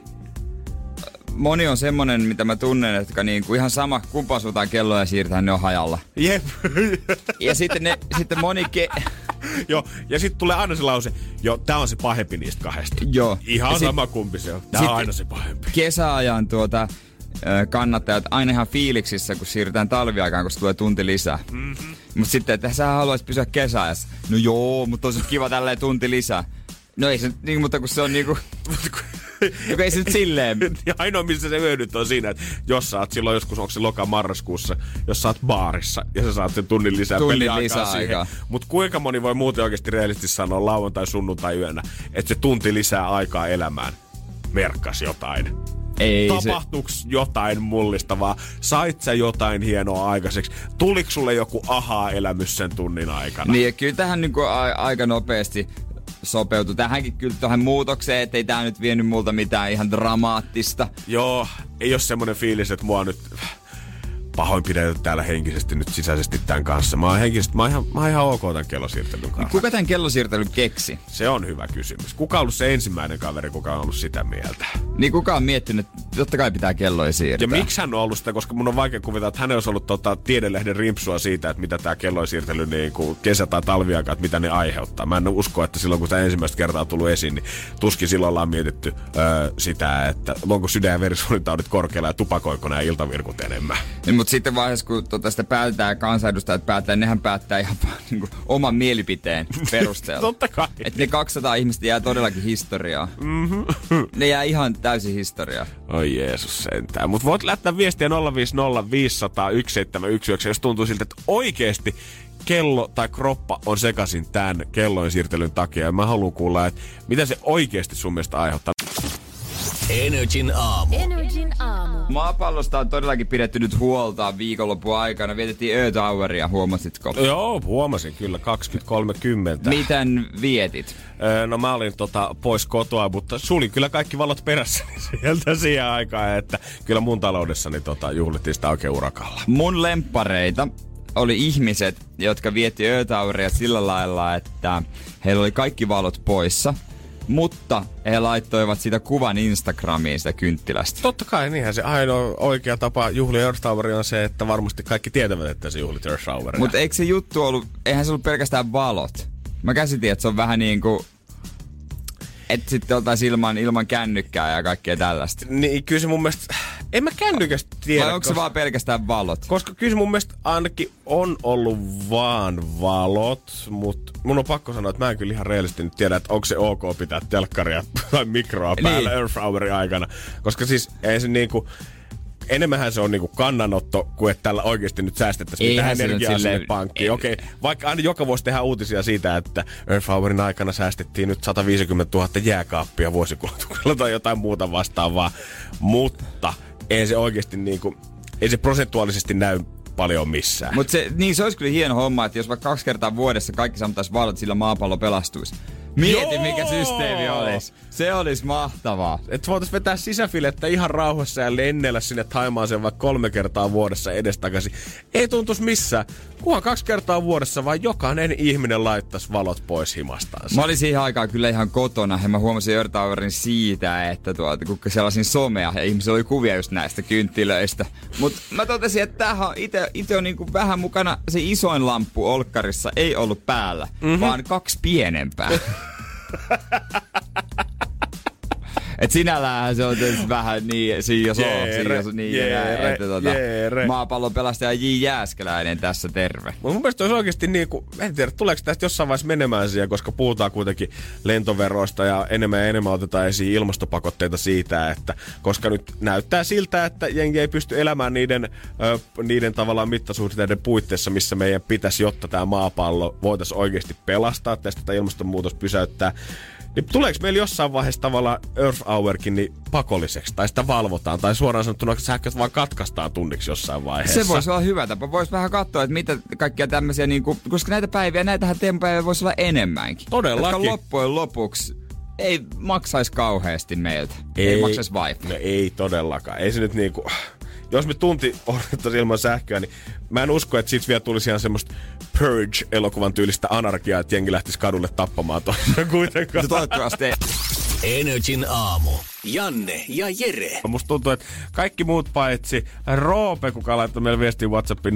moni on semmonen, mitä mä tunnen, että niinku ihan sama kumpaan suuntaan kelloja siirtää, ne on hajalla. Jep. Ja sitten moni Joo, ja sitten tulee aina se lause, tää on se pahempi niistä kahdesta. Joo. Ihan sama kumpi se on. Tää on aina se pahempi. Kesäajan kannattajat aina ihan fiiliksissä, kun siirrytään talviaikaan, koska tulee tunti lisää. Mm-hmm. Mutta sitten, että sä haluaisit pysyä kesäajassa. No joo, mutta on se kiva tälleen tunti lisää. No ei se, niin, mutta kun se on niinku... Joka ei se nyt silleen. Ainoa, missä se hyödyt on siinä, että jos sä oot silloin joskus, onko se marraskuussa, jos sä oot baarissa ja sä saat sen tunnin lisää peliaikaa siihen. Mut kuinka moni voi muuten oikeasti reellisesti sanoa lauantai, sunnuntai yönä, että se tunti lisää aikaa elämään merkkas jotain. Tapahtuuks jotain mullistavaa? Sait sä jotain hienoa aikaiseksi? Tuliko sulle joku ahaa-elämys sen tunnin aikana? Niin, kyllä tähän niinku aika nopeasti sopeutui tähänkin kyllä tähän muutokseen, ettei tää nyt vienyt multa mitään ihan dramaattista. Joo, ei oo semmonen fiilis, että mua nyt pahoinpidellyt täällä henkisesti nyt sisäisesti tämän kanssa. Mä oon ihan ok tämän kellosiirtelyn kanssa. Kuka tämän kellosiirtelyn keksi? Se on hyvä kysymys. Kuka on ollut se ensimmäinen kaveri, kuka on ollut sitä mieltä? Niin kuka on miettinyt, että totta kai pitää kelloja siirtää? Ja miksi hän on ollut sitä, koska mun on vaikea kuvitella, että hän olisi ollut tiedelehden rimpsua siitä, että mitä tää kellojen siirtely niin kuin kesä- tai talviaikaa, että mitä ne aiheuttaa. Mä en usko, että silloin kun tämä ensimmäistä kertaa on tullut esiin, niin tuskin silloin ollaan mietitty sitä, että onko sydän- ja verisuonitaudit korkealla ja tupakoiko nämä iltavirkut enemmän. Niin, mutta sitten vaiheessa, kun sitä päätetään kansanedustajat päättää, nehän päättää ihan niin kuin oman mielipiteen perusteella. Totta kai. Että ne 200 ihmistä jää todellakin historiaa. Mm-hmm. Ne jää ihan täysin historiaa. Oi Jeesus sentään. Mutta voit lähettää viestiä 050 500 1719, jos tuntuu siltä, että oikeesti kello tai kroppa on sekaisin tämän kellojen siirtelyn takia. Ja mä haluan kuulla, että mitä se oikeesti sun mielestä aiheuttaa. Energin aamu. Maapallosta on todellakin pidetty nyt huolta viikonlopun aikana. Vietettiin Earth Houria, huomasitko? Joo, huomasin kyllä, 20:30. Miten vietit? No mä olin pois kotoa, mutta sulin kyllä kaikki valot perässä sieltä siihen aikaan, että kyllä mun taloudessani juhlittiin sitä oikein urakalla. Mun lemppareita oli ihmiset, jotka vietti Earth Houria sillä lailla, että heillä oli kaikki valot poissa. Mutta he laittoivat sitä kuvan Instagramiin sitä kynttilästä. Totta kai, niinhän se ainoa oikea tapa juhlia Earth Houria on se, että varmasti kaikki tietävät, että se juhlit Earth Houria. Mutta eikö se juttu ollut, eihän se ollut pelkästään valot. Mä käsitin, että se on vähän niinku, että sitten oltaisiin ilman kännykkää ja kaikkea tällaista. Niin, kyllä se mun mielestä, en mä kännykästä tiedä. Vai onko se vaan pelkästään valot? Koska kyllä se mun mielestä ainakin on ollut vaan valot, mutta mun on pakko sanoa, että mä en kyllä ihan reellisesti nyt tiedä, että onko se ok pitää telkkaria tai mikroa päällä Earth Hourin aikana. Koska siis ei se niinku, enemmänhän se on niinku kannanotto, kuin että tällä oikeasti nyt säästettäisiin mitään energiaa sinne pankkiin. Okei, vaikka aina joka vuosi tehdään uutisia siitä, että Earth Hourin aikana säästettiin nyt 150 000 jääkaappia vuosikulutuksella tai jotain muuta vastaavaa. Mutta ei se oikeasti niinku, ei se prosentuaalisesti näy paljon missään. Mutta se olisi kyllä hieno homma, että jos vaikka 2 kertaa vuodessa kaikki sammuttaisi valot, sillä maapallo pelastuisi. Mieti, mikä systeemi olisi. Se olisi mahtavaa. Että voitaisiin vetää sisäfilettä ihan rauhassa ja lennellä sinne Thaimaaseen vaikka 3 kertaa vuodessa edestakaisin. Ei tuntuisi missään. Kunhan 2 kertaa vuodessa, vaan jokainen ihminen laittaisi valot pois himastaansa. Mä olin siihen aikaan kyllä ihan kotona ja mä huomasin Earth Hourin siitä, että kun sellaisin somea ja ihmisillä oli kuvia just näistä kynttilöistä. Mut mä totesin, että tämähän on itse on niinku vähän mukana, se isoin lamppu olkkarissa ei ollut päällä, vaan 2 pienempää. Et sinälläänhän se on tietysti vähän niin, maapallon pelastaja J. Jääskeläinen tässä terve. Mun mielestä olisi oikeasti niinku, en tiedä, tuleeko tästä jossain vaiheessa menemään siihen, koska puhutaan kuitenkin lentoveroista ja enemmän otetaan esiin ilmastopakotteita siitä, että koska nyt näyttää siltä, että jengi ei pysty elämään niiden tavallaan mittasuhteiden puitteissa, missä meidän pitäisi, jotta tämä maapallo voitaisiin oikeasti pelastaa, tästä ilmastonmuutos pysäyttää. Niin tuleeko meillä jossain vaiheessa tavallaan Earth Hourkin niin pakolliseksi? Tai sitä valvotaan? Tai suoraan sanottuna, että sähköt vaan katkaistaan tunniksi jossain vaiheessa? Se voisi olla hyvä tapa. Voisi vähän katsoa, että mitä kaikkia tämmöisiä, niinku, koska näitä päiviä, näitähän teemapäiviä voisi olla enemmänkin. Todellakin. Jotka loppujen lopuksi ei maksaisi kauheasti meiltä. Ei maksaisi Wi-Fi. No ei todellakaan. Ei se nyt niinku... jos me tunti odottaisiin ilman sähköä, niin mä en usko, että siitä vielä tulisi ihan semmoista Purge-elokuvan tyylistä anarkiaa, että jengi lähtisi kadulle tappamaan toisaan kuitenkaan. Toivottavasti. Energin aamu. Janne ja Jere. Musta tuntuu, että kaikki muut paitsi Roope, kuka laittoi meille viestiä WhatsAppiin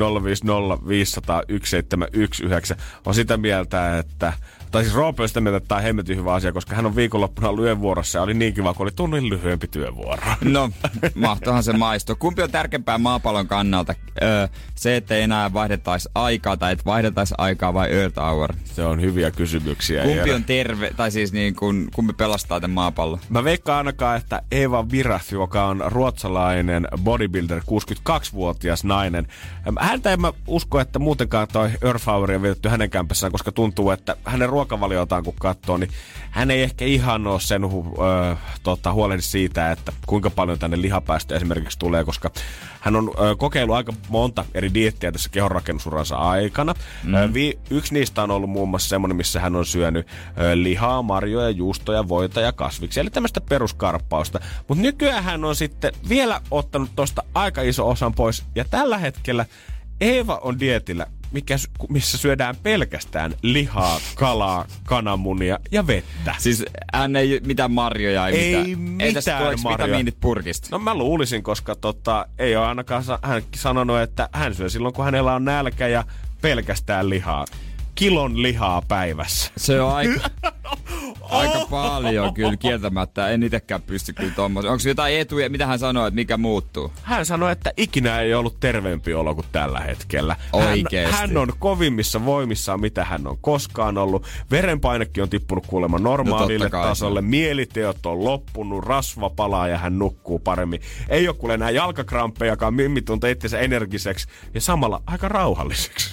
050501719, on sitä mieltä, että... Tai siis Roope on sitä mieltä, että tämä on hemmetin hyvä asia, koska hän on viikonloppuna ollut yövuorossa ja oli niin kiva, kun oli tunnin lyhyempi työvuoro. No, mahtohan se maistua. Kumpi on tärkeämpää maapallon kannalta? Se, että ei enää vaihdettaisi aikaa tai että vaihdettaisi aikaa vai Earth Hour? Se on hyviä kysymyksiä. Kumpi on terve, tai siis niin kuin, kumpi pelastaa tämän maapallon? Mä veikkaan ainakaan, että Eva Viraf, joka on ruotsalainen bodybuilder, 62-vuotias nainen. Häntä en mä usko, että muutenkaan toi Earth Houria vietetty hänen kämpässään, koska tuntuu, että hänen ruokavaliotaan kun katsoo, niin hän ei ehkä ihan ole sen huolehdi siitä, että kuinka paljon tänne lihapäästöjä esimerkiksi tulee, koska hän on kokeillut aika monta eri dieettiä tässä kehonrakennusuransa aikana. Yksi niistä on ollut muun muassa semmoinen, missä hän on syönyt lihaa, marjoja, juustoja, voita ja kasviksia, eli tämmöistä peruskarppausta. Mutta nykyään hän on sitten vielä ottanut tosta aika iso osan pois, ja tällä hetkellä Eeva on dietillä, missä syödään pelkästään lihaa, kalaa, kananmunia ja vettä. Siis hän ei mitään marjoja, ei mitään marjoja. Vitamiinit purkista? No mä luulisin, koska ei ole ainakaan hän sanonut, että hän syö silloin, kun hänellä on nälkä ja pelkästään lihaa. Kilon lihaa päivässä. Se on aika paljon kyllä kieltämättä. En itekään pysty kyllä tommoisen. Onko jotain etuja, mitä hän sanoi, että mikä muuttuu? Hän sanoi, että ikinä ei ollut terveempi olo kuin tällä hetkellä. Oikeesti. Hän on kovimmissa voimissaan, mitä hän on koskaan ollut. Verenpainekin on tippunut kuulemma normaalille tasolle. Mieliteot on loppunut, rasva palaa ja hän nukkuu paremmin. Ei ole kuule enää jalkakramppejakaan, Mimmi tuntee itsensä energiseksi ja samalla aika rauhalliseksi.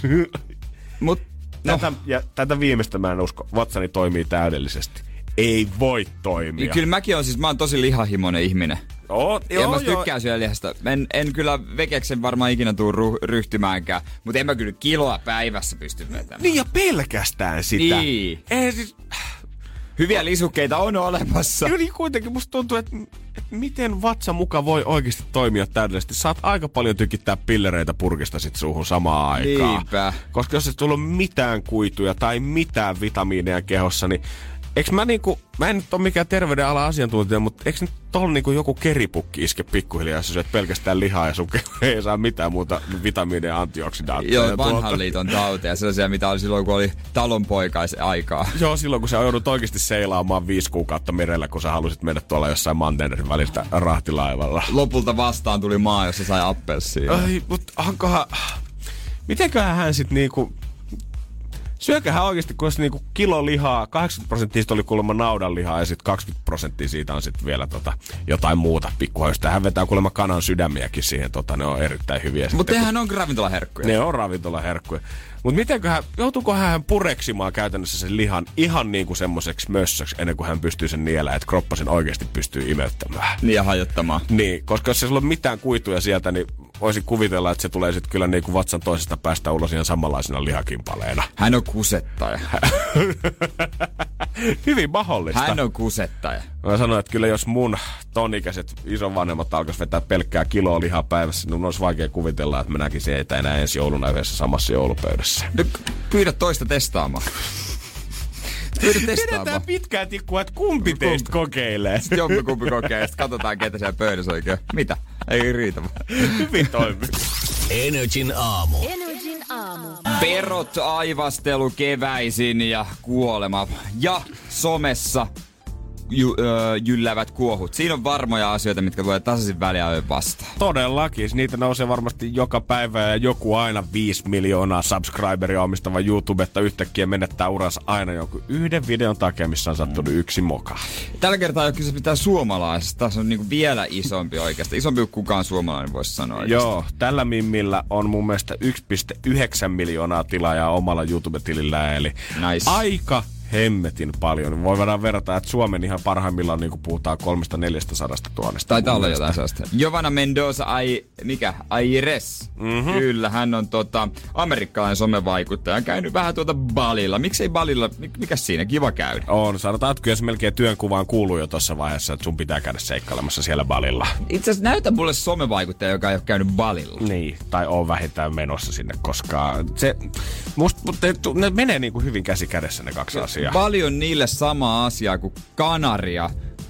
Tätä viimeistä mä en usko. Vatsani toimii täydellisesti. Ei voi toimia. Kyllä mä oon tosi lihahimoinen ihminen. Mä tykkään syödä lihasta. En kyllä vekeksen varmaan ikinä tuu ryhtymäänkään, mutta en mä kyllä kiloa päivässä pysty vetämään. Niin ja pelkästään sitä. Niin. Siis... Hyviä lisukkeita on olemassa. Kyllä niin kuitenkin musta tuntuu, että miten vatsa muka voi oikeasti toimia täydellisesti. Saat aika paljon tykittää pillereitä purkista sit suuhun samaan aikaan. Niinpä. Koska jos ei tullut mitään kuituja tai mitään vitamiineja kehossa, niin mä en nyt ole mikään terveydenalan asiantuntija, mutta eikö nyt tolla joku keripukki iske pikkuhiljaa, jos sä syöt pelkästään lihaa ja sun ei saa mitään muuta vitamiineja ja antioksidaatteja. Joo, vanhan liiton tauteja, sellaisia mitä oli silloin, kun oli talonpoikaisen aikaa. Joo, silloin kun sä joudut oikeasti seilaamaan 5 kuukautta merellä, kun sä halusit mennä tuolla jossain Mantenerin välistä rahtilaivalla. Lopulta vastaan tuli maa, jossa sai appelsiin. Ai, mutta mitenköhän hän sit syököhän oikeesti, kun olisi kilo lihaa, 80% oli kuulemma naudanlihaa ja sitten 20% siitä on sitten vielä jotain muuta pikkuhajusta. Hän vetää kuulemma kanan sydämiäkin siihen, ne on erittäin hyviä. Mutta nehän on ravintolaherkkuja. Ne on ravintolaherkkuja. Mutta joutuuko hän pureksimaan käytännössä sen lihan ihan niinku semmoiseksi mössöksi ennen kuin hän pystyy sen nielemään, että kroppa sen oikeasti pystyy imeyttämään. Niin ja hajottamaan. Niin, koska jos ei sulla ole mitään kuituja sieltä, niin voisin kuvitella, että se tulee sitten kyllä niinku vatsan toisesta päästä ulos ihan samanlaisena lihakimpaleena. Hän on kusettaja. Hyvin mahdollista. Hän on kusettaja. Mä sanoin, että kyllä jos mun tonikäiset isovanhemmat alkaisi vetää pelkkää kiloa lihaa päivässä, niin olisi vaikea kuvitella, että mä näkisin heitä enää ensi jouluna yhdessä samassa joulupöydässä. No, pyydä toista testaamaan. Pidetään pitkää tikkua, että kumpi teistä kokeilee. Sitten jompikumpi kokeilee, sitten katsotaan, ketä siellä pöydässä oikein. Mitä? Ei riitä. Hyvin toimii. Energin aamu. Perot, aivastelu keväisin ja kuolema. Ja somessa jyllävät kuohut. Siinä on varmoja asioita, mitkä tulee tasaisin väliajoin vastaan. Todellakin. Niitä nousee varmasti joka päivä ja joku aina 5 miljoonaa subscriberia omistava YouTubetta yhtäkkiä menettää uransa aina jonkun yhden videon takia, missä on sattunut yksi moka. Tällä kertaa ei ole kyse mitään suomalaisesta. Se on vielä isompi oikeasti. Isompi kuin kukaan suomalainen voisi sanoa oikeasti. Joo, tällä mimmillä on mun mielestä 1,9 miljoonaa tilaajaa omalla YouTube-tilillä. Eli nice. Aika hemmetin paljon. Voidaan verrata, että Suomen ihan parhaimmillaan niin kuin puhutaan 300-400 000. Taitaa olla jotain sellaista. Giovanna Mendoza Aires. Mm-hmm. Kyllä, hän on amerikkalainen somevaikuttaja. Käynyt vähän Balilla. Miksei Balilla? Mikäs siinä? Kiva käydä. On. Sanotaan, että kyllä se melkein työnkuvaan kuuluu jo tuossa vaiheessa, että sun pitää käydä seikkailemassa siellä Balilla. Itse asiassa näytä mulle somevaikuttaja, joka ei ole käynyt Balilla. Niin, tai on vähintään menossa sinne, koska ne menee niin kuin hyvin käsi kädessä ne kaksi asiaa. Bali on niille sama asia kuin Kanaria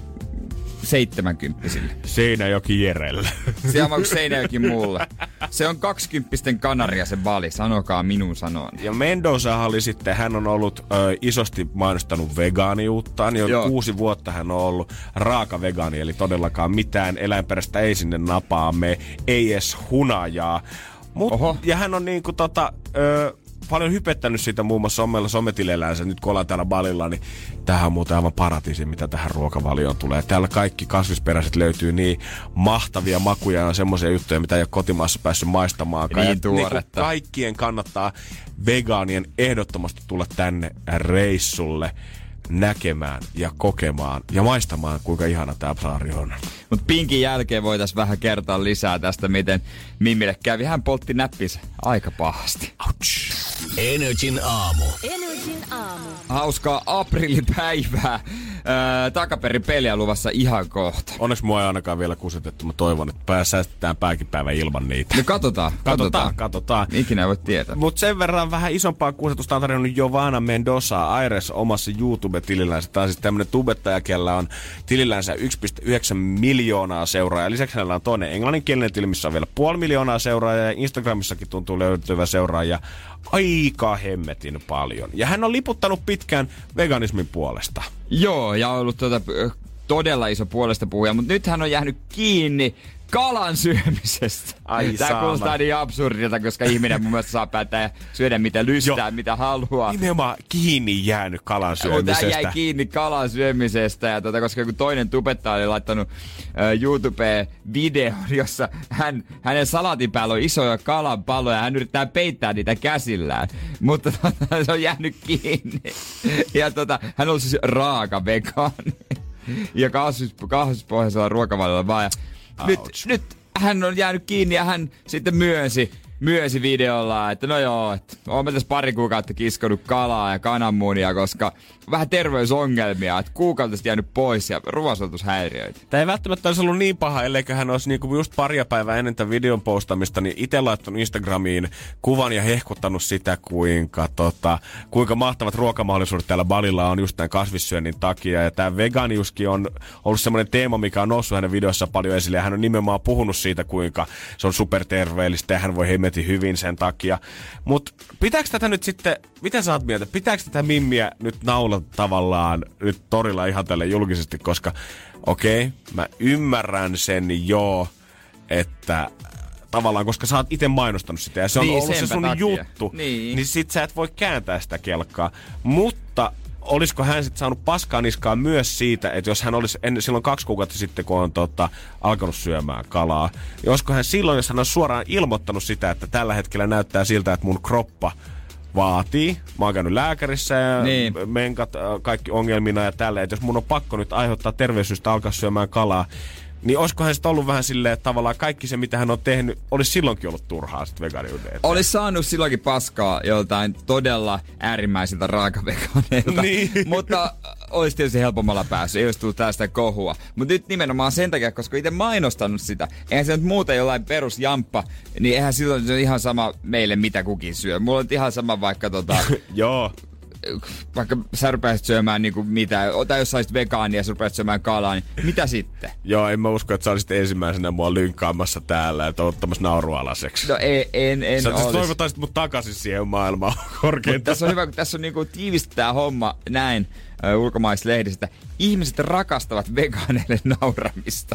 70-sille. Seinäjoki Jerelle. Se on kuin Seinäjoki mulle. Se on 20-pisten Kanaria se Bali, sanokaa minun sanoen. Ja Mendoza oli sitten, hän on ollut isosti mainostanut vegaaniuttaan. Jo 6 vuotta hän on ollut raaka vegaani, eli todellakaan mitään eläinperäistä ei sinne napaamme, ei edes hunajaa. Ja hän on niinku paljon hypettänyt siitä muun muassa sometileillänsä. Nyt kun ollaan täällä Balilla, niin tämähän on muuten aivan paratiisi, mitä tähän ruokavalioon tulee. Täällä kaikki kasvisperäiset löytyy niin mahtavia makuja ja semmoisia juttuja, mitä ei ole kotimaassa päässyt maistamaan. Niin tuoretta. Kaikkien kannattaa vegaanien ehdottomasti tulla tänne reissulle näkemään ja kokemaan ja maistamaan, kuinka ihana tää saari on. Mut Pinkin jälkeen voitais vähän kertoa lisää tästä, miten Mimmille kävi. Hän poltti näppinsä aika pahasti. Ouch. Energin aamu. Hauskaa aprillipäivää. Takaperin peliä luvassa ihan kohta. Onneksi mua ei ainakaan vielä kusetettu. Mä toivon, että säästetään pääkin päivän ilman niitä. No katsotaan. Ikinä ei voi tietää. Mut sen verran vähän isompaa kusetusta on tarjonnut Giovanna Mendoza Aires omassa YouTube-tilillänsä. Tää on siis tämmönen tubettaja, kellä on tilillänsä 1,9 miljoonaa seuraajaa. Lisäksi hänellä on toinen englanninkielinen tili, missä on vielä 500 000 seuraajaa. Ja Instagramissakin tuntuu löytyvä seuraajia aika hemmetin paljon. Ja hän on liputtanut pitkään veganismin puolesta. Joo, ja on ollut todella iso puolesta puhuja, mutta nyt hän on jäänyt kiinni kalan syömisestä. Tämä kuulostaa niin absurdilta, koska ihminen mun mielestä saa päättää syödä mitä lystää, mitä haluaa. Nimenomaan kiinni jäänyt kalan syömisestä. Mutta jäi kiinni kalan syömisestä, ja koska joku toinen tubettaja oli laittanut YouTubeen videon, jossa hänen salatin päällä on isoja kalanpaloja, ja hän yrittää peittää niitä käsillään, mutta se on jäänyt kiinni. Ja hän on siis raaka vegaani. Ja kasvispohjaisella ruokavaliolla vaan. Nyt hän on jäänyt kiinni ja hän sitten myönsi videolla, että no joo, että oon mä tässä pari kuukautta kiskonut kalaa ja kananmunia, koska vähän terveysongelmia, että kuukautista jäänyt pois ja ruoansuotushäiriöitä. Tämä ei välttämättä olisi ollut niin paha, elleikö hän olisi niinku just paria päivää ennen tämän videon postamista, niin itse laittanut Instagramiin kuvan ja hehkuttanut sitä, kuinka mahtavat ruokamahdollisuudet täällä Balilla on just tämän kasvissyönnin takia. Ja tämä vegaaniuskin on ollut semmoinen teema, mikä on noussut hänen videossa paljon esille, ja hän on nimenomaan puhunut siitä, kuinka se on superterveellistä ja hän voi hemmetin hyvin sen takia. Mutta pitääkö tätä nyt sitten, mitä sä oot mieltä, pitääkö tätä Mimmiä nyt naulata tavallaan nyt torilla ihan tälle julkisesti, koska mä ymmärrän sen että tavallaan, koska sä oot itse mainostanut sitä ja se on ollut se sun juttu, niin sit sä et voi kääntää sitä kelkkaa. Mutta olisiko hän sitten saanut paskaa niskaa myös siitä, että jos hän olisi silloin 2 kuukautta sitten, kun on alkanut syömään kalaa, niin olisiko hän silloin, jos hän on suoraan ilmoittanut sitä, että tällä hetkellä näyttää siltä, että mun kroppa vaatii. Mä oon käynyt lääkärissä ja menkat kaikki ongelmina ja tälle, että jos mun on pakko nyt aiheuttaa terveyssyistä alkaa syömään kalaa, niin olisiko hän sitten ollut vähän silleen, että tavallaan kaikki se, mitä hän on tehnyt, olisi silloinkin ollut turhaa sitten vegaaniuden. Olisi saanut silloinkin paskaa joltain todella äärimmäisiltä raakavegaaneilta, mutta olisi tietysti helpommalla päässyt, ei olisi tullut tästä kohua. Mutta nyt nimenomaan sen takia, koska itse mainostanut sitä, eihän se nyt muuten jollain perusjamppa, niin eihän silloin se ihan sama meille, mitä kukin syö. Mulla on ihan sama vaikka Joo. Vaikka sä rupeaisit syömään niinku mitä, tai jos sä olisit vegaani ja sä rupeaisit syömään kalaa, niin mitä sitten? Joo, en mä usko, että sä olisit ensimmäisenä mua lynkkaamassa täällä ja ottamassa naurualaseksi. No en sä toivotaisit mut takaisin siihen maailmaan korkeintaan. Tässä on hyvä, kun tässä on niinku tiivistä tää homma näin ulkomaislehdissä, että ihmiset rakastavat vegaaneille nauramista.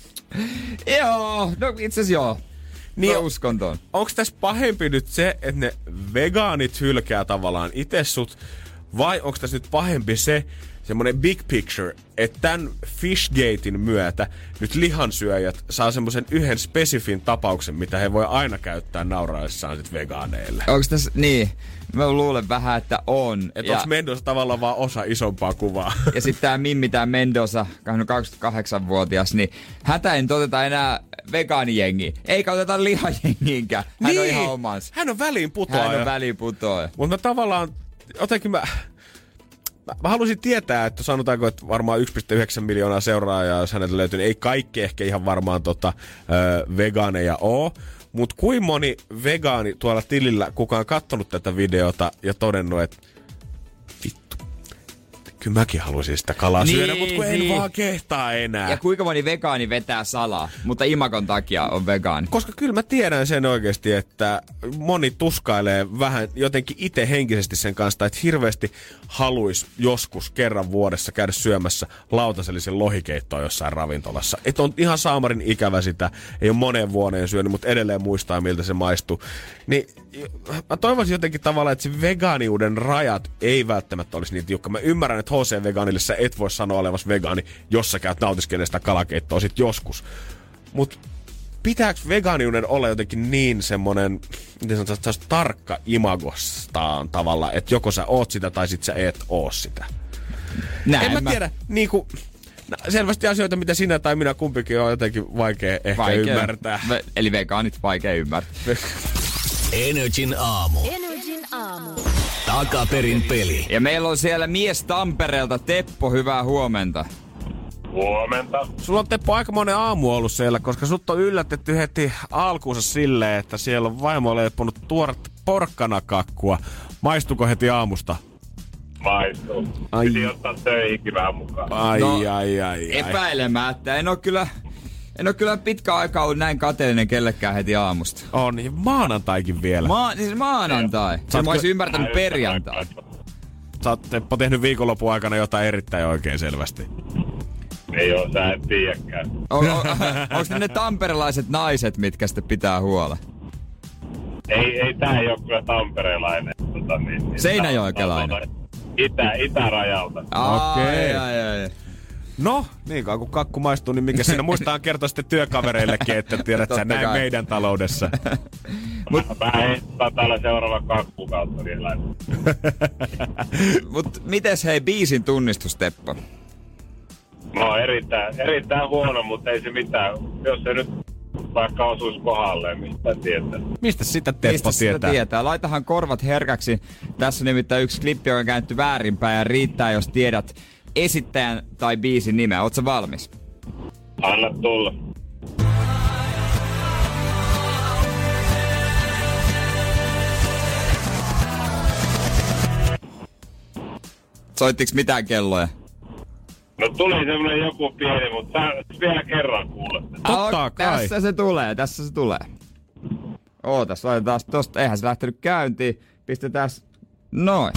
Joo, no itse asiassa joo. Niin uskon ton. Onks tässä pahempi nyt se, että ne vegaanit hylkää tavallaan itse sut, Vai onko tässä nyt pahempi se, semmoinen big picture, että tämän Fishgatein myötä nyt lihansyöjät saa semmoisen yhden spesifin tapauksen, mitä he voi aina käyttää nauraessaan sit vegaaneille. Onko tässä, niin, mä luulen vähän, että on. Että onko Mendoza tavallaan vaan osa isompaa kuvaa? Ja sitten tää Mimmi, tää Mendoza, 28-vuotias, niin häntä ei oteta enää vegaanijengiä. Eikä oteta lihajengiinkään. Hän on ihan omansa. Hän on väliinputoaja. Hän on väliinputoaja. Mutta tavallaan, jotenkin mä haluaisin tietää, että sanotaanko, että varmaan 1,9 miljoonaa seuraajaa, jos häneltä löytyy, niin ei kaikki ehkä ihan varmaan vegaaneja oo. Mutta kuinka moni vegaani tuolla tilillä, kuka on kattonut tätä videota ja todennut, että vittu, kyllä mäkin haluaisin sitä kalaa syödä, mutta kun en vaan kehtaa enää. Ja kuinka moni vegaani vetää salaa, mutta imakon takia on vegaani? Koska kyllä mä tiedän sen oikeasti, että moni tuskailee vähän jotenkin itse henkisesti sen kanssa, että hirveästi haluaisi joskus kerran vuodessa käydä syömässä lautasellisen lohikeittoa jossain ravintolassa. Että on ihan saamarin ikävä sitä, ei ole moneen vuoneen syönyt, mutta edelleen muistaa miltä se maistuu. Niin mä toivoisin jotenkin tavallaan, että se vegaaniuden rajat ei välttämättä olisi niin tiukka. Mä ymmärrän, että HC-vegaanille sä et voi sanoa olevasi vegaani, jos sä käyt nautiskelemaan sitä kalakeittoa sit joskus. Mut pitääkö vegaaniuden olla jotenkin niin semmonen, miten sanotaan, tarkka imagostaan tavalla, että joko sä oot sitä tai sit sä et oo sitä? En mä tiedä, niinku selvästi asioita, mitä sinä tai minä kumpikin on jotenkin vaikea ymmärtää. Eli vegaanit vaikea ymmärtää. Energin aamu. Takaperin peli. Ja meillä on siellä mies Tampereelta, Teppo, hyvää huomenta. Huomenta. Sulla on, Teppo, aika monen aamu ollut siellä, koska sut on yllätetty heti alkuunsa silleen, että siellä on vaimo leiponut tuoretta porkkanakakkua. Maistuko heti aamusta? Maistuu. Piti ottaa töihinkin vähän mukaan. Ai. Epäilemättä. En oo kyllä pitkä aikaa ollut näin kateellinen kellekään heti aamusta. On, ja maanantaikin vielä. Siis maanantai. Mä oisin ymmärtänyt perjantai. Sä oot, Teppo, tehnyt viikonlopun aikana jotain erittäin oikein selvästi. Ei oo, sä et tiedäkään. Onks ne tamperelaiset naiset, mitkä sitten pitää huolen? Ei tää ei oo kyllä tamperelainen. Seinäjoekelainen. Itärajalta. Okei. No, niin kauan kun kakku maistuu, niin mikä siinä muistaa kertoa sitten työkavereillekin, että tiedät sä näin meidän taloudessa. Mä ehdotan täällä seuraava 2 kuukautta vielä. Mut mites hei biisin tunnistus, Teppo? No erittäin huono, mutta ei se mitään. Jos se nyt vaikka osuisi kohdalleen, mistä tietää. Mistä sitä Teppo tietää? Laitahan korvat herkäksi. Tässä on nimittäin yksi klippi, joka on käännetty väärinpäin ja riittää, jos tiedät esittäjän tai biisin nimeä. Ootko valmis? Anna tulla. Soittiks mitään kelloja? No tuli semmonen joku pieni, mutta vielä kerran kuulette. Totta kai. Tässä se tulee. Ootas, laitetaan tosta. Eihän se lähtenyt käyntiin. Pistetään noin.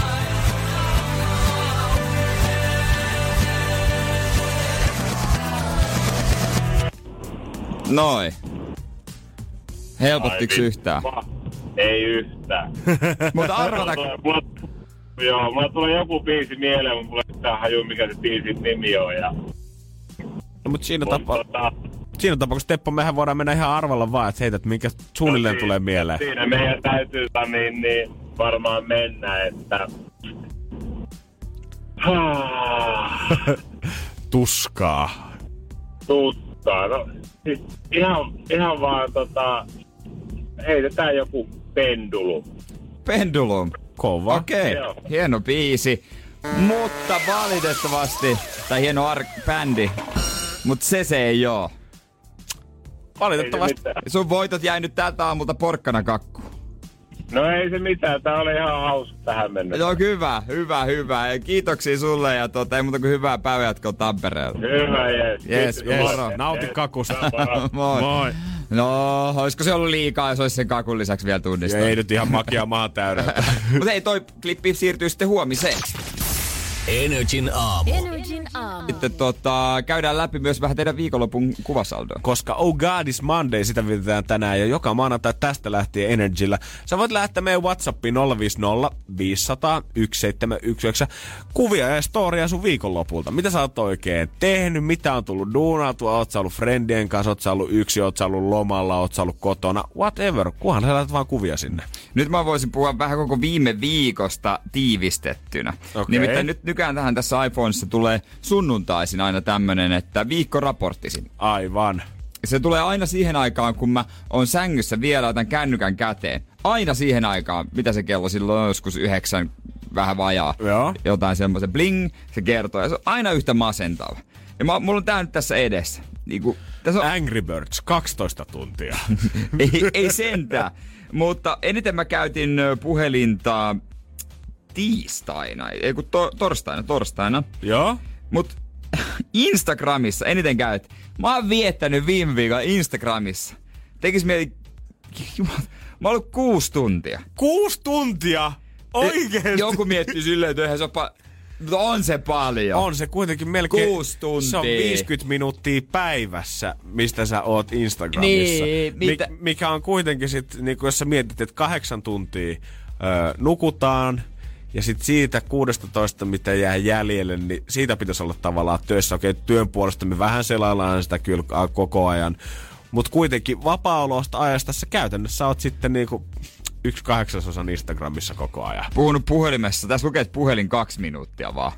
Noin. Helpottiks yhtään? Ei yhtään. Mutta arvata... Joo, mulla tulee joku biisi mieleen, mutta mulla pitää hajua, mikä se biisin nimi on. No, mutta siinä tapauksessa, Teppo, mehän voidaan mennä ihan arvalla vaan, että heität, minkä suunnilleen tulee mieleen. Siinä meidän täytyy niin varmaan mennä, että... Tuskaa. No, siis ihan vaan heitetään joku Pendulum. Pendulum. Kova. Okei, hieno biisi. Mutta valitettavasti, tai hieno bändi, mutta se ei oo. Valitettavasti. Sun voitot jäi nyt tältä aamulta porkkanakakkuun. No ei se mitään, tää oli ihan hauska tähän mennessä. Joo, hyvä. Ja kiitoksia sulle ja ei muuta kuin hyvää päivänjatkoa Tampereella. Hyvä, yes. Moro. Nauti kakusta. Moi. No, olisiko se ollut liikaa, jos olisi sen kakun lisäksi vielä tunnistanut? Ei nyt ihan makia maan täydeltä. Mutta ei, toi klippi siirtyy sitten huomiseen. Energin aamu. Sitten käydään läpi myös vähän teidän viikonlopun kuvasaldoa. Koska Oh God is Monday, sitä vietetään tänään ja joka maanantai tästä lähtien Energyllä. Sä voit lähettää meidän WhatsAppiin 050 500 1719 kuvia ja storia sun viikonlopulta. Mitä sä oot oikein tehnyt, mitä on tullut duunautua, oot sä ollut friendien kanssa, oot sä ollut yksi, oot sä ollut lomalla, oot sä ollut kotona, whatever. Kunhan sä lähdet vaan kuvia sinne. Nyt mä voisin puhua vähän koko viime viikosta tiivistettynä. Okay. Nimittäin nyt nykyään tähän tässä iPhoneissa tulee sunnuntaisin aina tämmönen, että viikkoraporttisin. Aivan. Se tulee aina siihen aikaan, kun mä oon sängyssä vielä, otan kännykän käteen. Aina siihen aikaan, mitä se kello silloin on, joskus 9 vähän vajaa. Joo. Jotain semmoisen bling, se kertoo. Ja se on aina yhtä masentava. Ja mulla on tää nyt tässä edessä. Tässä on... Angry Birds, 12 tuntia. ei sentään. Mutta eniten mä käytin puhelinta tiistaina, ei kun torstaina. Joo. Mut Instagramissa eniten käyt. Mä oon viettänyt viime viikolla Instagramissa. Tekis mieli... Mä oon ollut 6 tuntia. 6 tuntia? Oikeesti? Joku miettii silleen, että eihän se on se paljon. On se kuitenkin melkein... 6 tuntia. Se on 50 minuuttia päivässä, mistä sä oot Instagramissa. Niin, mikä on kuitenkin sit, niin jos sä mietit, että 8 tuntia nukutaan, ja sit siitä 16, mitä jää jäljelle, niin siitä pitäisi olla tavallaan töissä. Okei, työn puolesta me vähän selaillaan sitä kyllä koko ajan. Mutta kuitenkin vapaa-olosta ajasta sä käytännössä oot sitten niinku 1/8 Instagramissa koko ajan. Puhunut puhelimessa. Tässä lukee, että puhelin 2 minuuttia vaan.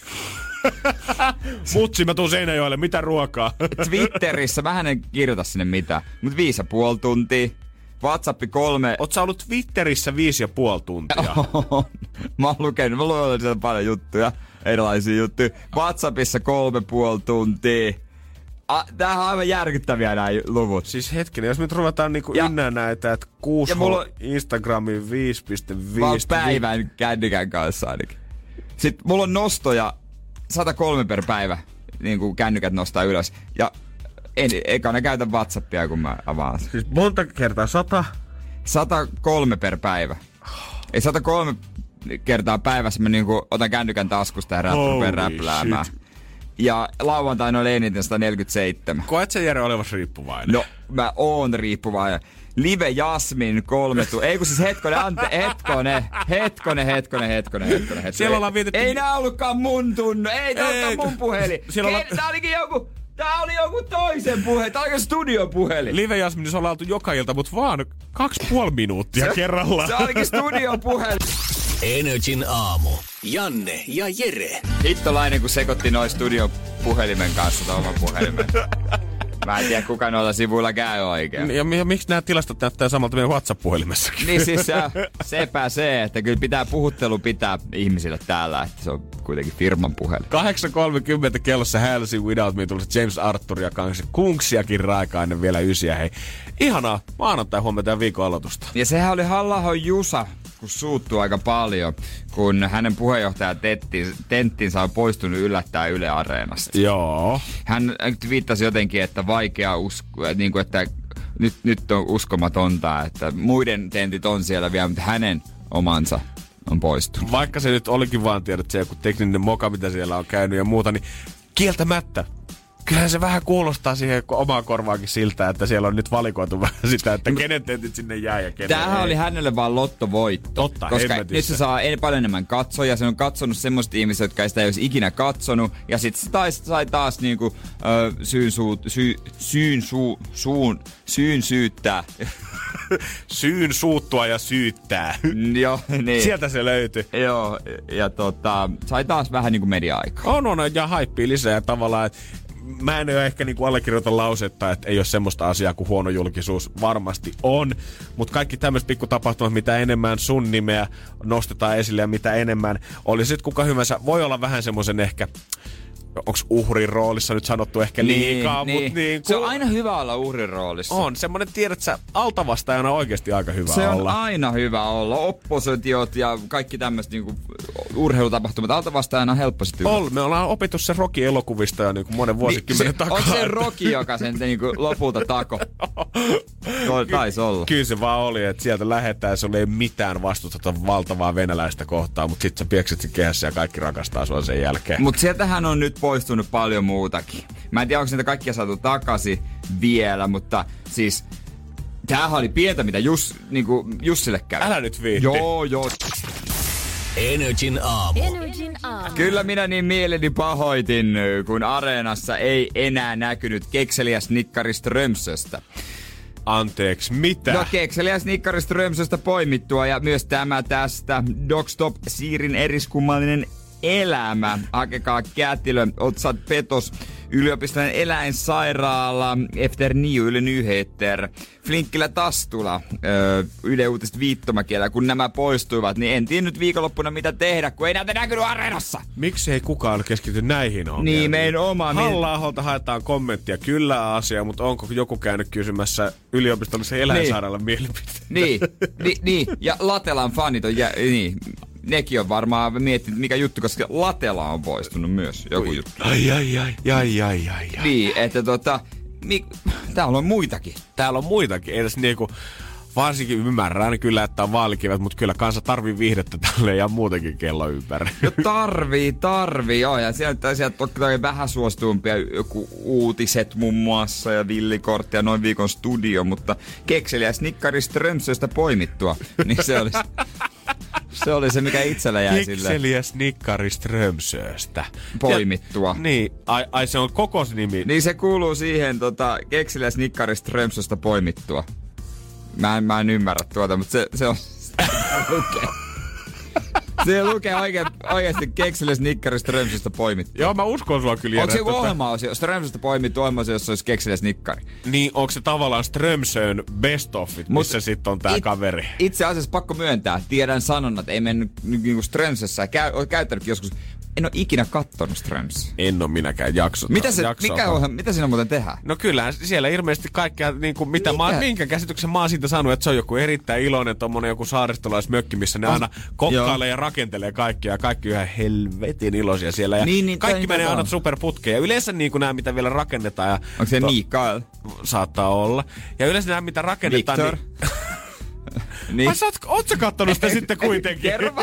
Mutsi, mä tuun Seinäjoelle. Mitä ruokaa? Twitterissä, vähän en kirjoita sinne mitään, mutta 5,5 tuntia. WhatsApp 3. Oot sä ollut Twitterissä 5,5 tuntia? Mä oon lukenut, mä luin sieltä paljon juttuja, erilaisia juttuja. WhatsAppissa 3,5 tuntia. Tämähän on aivan järkyttäviä nämä luvut. Siis hetkinen, jos me nyt ruvetaan niinku ynnää näitä, että 6 Instagramin 5,5. Vaan päivän kännykän kanssa ainakin. Sitten mulla on nostoja 103 per päivä, niin kuin kännykät nostaa ylös. Ja eikä ne käytä WhatsAppia, kun mä avaan. Siis monta kertaa 100? 103 per päivä. Ei 103 kertaa päivässä mä niinku otan kännykän taskusta ja rupean räpläämään. Shit. Ja lauantaina oli eniten 147. Koet sä, Jere, olevas riippuvainen? No, mä oon riippuvainen. Live Jasmin 3 tuntia. Ei kun siis hetkonen. Siellä ollaan vietetty... Ei nää ollutkaan mun tunno. Ei nää ollutkaan mun puhelin. Tää oli joku toisen puhelin. Tää oli studiopuhelin. Live Jasminissa ollaan oltu joka ilta, mut vaan 2,5 minuuttia kerrallaan. Se olikin studiopuhelin. Energin aamu. Janne ja Jere. Hittolainen, kun sekoitti noin studiopuhelimen kanssa tuohon puhelimen. Mä en tiedä, kuka noilla sivuilla käy oikein. Ja miksi nämä tilastot näyttää samalta meidän WhatsApp-puhelimessakin? Niin siis sepä se, että kyllä puhuttelu pitää ihmisille täällä, että se on kuitenkin firman puhelin. 8.30 kellossa Halsey Without Me tullut James Arthur ja kanssa Kunksiakin raika ennen vielä 9. Hei, ihanaa maanantai huomenta ja viikon aloitusta. Ja sehän oli Halla-ahon Jusa, kun suuttuu aika paljon, kun hänen puheenjohtaja Tenttinsä on poistunut yllättäen Yle Areenasta. Joo. Hän viittasi jotenkin, että vaikea uskoa, niin kuin, että nyt on uskomatonta, että muiden tentit on siellä vielä, mutta hänen omansa on poistunut. Vaikka se nyt olikin vaan tiedät, se joku tekninen moka, mitä siellä on käynyt ja muuta, niin kieltämättä. Kyllähän se vähän kuulostaa siihen omaan korvaankin siltä, että siellä on nyt valikoitu vähän sitä, että kenen tentit sinne jää ja kenen tämähän ei. Oli hänelle vaan lottovoitto. Totta, koska nyt se saa paljon enemmän katsoja. Se on katsonut semmoista ihmisiä, jotka ei sitä ei olisi ikinä katsonut. Ja sit se sai taas niinku syyn syyttää. Syyn suuttua ja syyttää. Joo, niin. Sieltä se löytyi. Joo, ja sai taas vähän niinku media-aikaa. On, ja haippia lisää tavallaan, että mä en ole ehkä niinku allekirjoita lausetta, että ei ole semmoista asiaa kuin huono julkisuus. Varmasti on, mutta kaikki tämmöiset pikkutapahtumat, mitä enemmän sun nimeä nostetaan esille ja mitä enemmän oli sit kuka hyvänsä, voi olla vähän semmoisen ehkä onks uhrin roolissa nyt sanottu ehkä liikaa, niin. Mutta niin Se on aina hyvä olla uhrin roolissa. On, semmonen tiedät sä, altavastaajana on oikeesti aika hyvä se olla. Se on aina hyvä olla. Oppositiot ja kaikki tämmöiset niinku urheilutapahtumat altavastaajana on helppo sitten. Me ollaan opittu se Rocky-elokuvista jo niinku monen vuosikymmenen takaa. On se Rocky, joka sen niinku lopulta tako. Taisi olla. Kyllä se vaan oli, että sieltä lähetään, se ei mitään vastusta valtavaa venäläistä kohtaa, mutta sit sä piekset sen kehässä ja kaikki rakastaa sua sen jälkeen. Mut sieltähän on nyt poistunut paljon muutakin. Mä en tiedä, onko niitä kaikkia saatu takaisin vielä, mutta siis tämähän oli pientä, mitä Jussille käy. Älä nyt viitti. Joo. Energin aamu. Kyllä minä niin mieleni pahoitin, kun areenassa ei enää näkynyt kekseliä Snickari Strömsöstä. Anteeksi, mitä? No kekseliä Snickari Strömsöstä poimittua ja myös tämä tästä Dogstop Siirin eriskummallinen elämä. Hakekaa kätilö, otsat petos, yliopistollinen eläinsairaala, efter 9 Yle Nyheter, Flinkkilä Tastula, Yle Uutiset viittomakielellä. Kun nämä poistuivat, niin en tiennyt viikonloppuna mitä tehdä, kun ei näitä näkynyt areenassa. Miksi ei kukaan keskity näihin ongelmiin? Nimenomaan. Halla-aholta haetaan kommenttia kyllä asia, mutta onko joku käynyt kysymässä yliopistollisen eläinsairaalan mielipiteen? Niin. Ja Latelan fanit on niin. Nekin on varmaan miettinyt, mikä juttu, koska Latela on poistunut myös joku juttu. Ai. Niin, että täällä on muitakin. Ei tässä niinku, varsinkin ymmärrän kyllä, että on vaalikivät, mutta kyllä kansa tarvii viihdettä tälleen ja muutenkin kello ympäri. No tarvii, joo. Ja sieltä toki vähän suosituimpia, joku uutiset muun muassa ja villikortti ja noin viikon studio, mutta kekseliä Snickari Strömsöstä poimittua, niin se oli se, mikä itsellä jäi sille. Kekseliä Snickari Strömsöstä. Poimittua. Niin, ai se on koko nimi. Niin se kuuluu siihen kekseliä Snickari Strömsöstä poimittua. Mä en ymmärrä tuota, mutta se on... Se lukee oikeasti kekseliä Snickari Strömsöstä poimittua. Joo, mä uskon sua kyllä. Onko se joku ohjelma-osio? Strömsöstä poimittu ohjelma-osio, jos se olisi kekseliä Snickari? Niin, onko se tavallaan Strömsön best-offit, missä sitten on tää kaveri? Itse asiassa pakko myöntää, tiedän sanonnat, ei mennyt niinku Strömsössä. Oot käyttänytkin joskus. En ole ikinä kattonut Ströms. En ole minäkään jaksota. Mitä siinä muuten tehdään? No kyllähän siellä ilmeisesti kaikkea, niin kuin, minkä käsityksen mä oon siitä saanut, että se on joku erittäin iloinen tommonen joku saaristolaismökki, missä ne aina kokkailee ja rakentelee kaikkia ja kaikki yhä helvetin iloisia siellä. Ja kaikki menee aina superputkeen. Ja yleensä niin kuin nämä, mitä vielä rakennetaan. Ja onko se Mikael? Saattaa olla. Ja yleensä nämä, mitä rakennetaan... Victor? Niin. Oot sä kattonut sitä sitten kuitenkin? Kerro.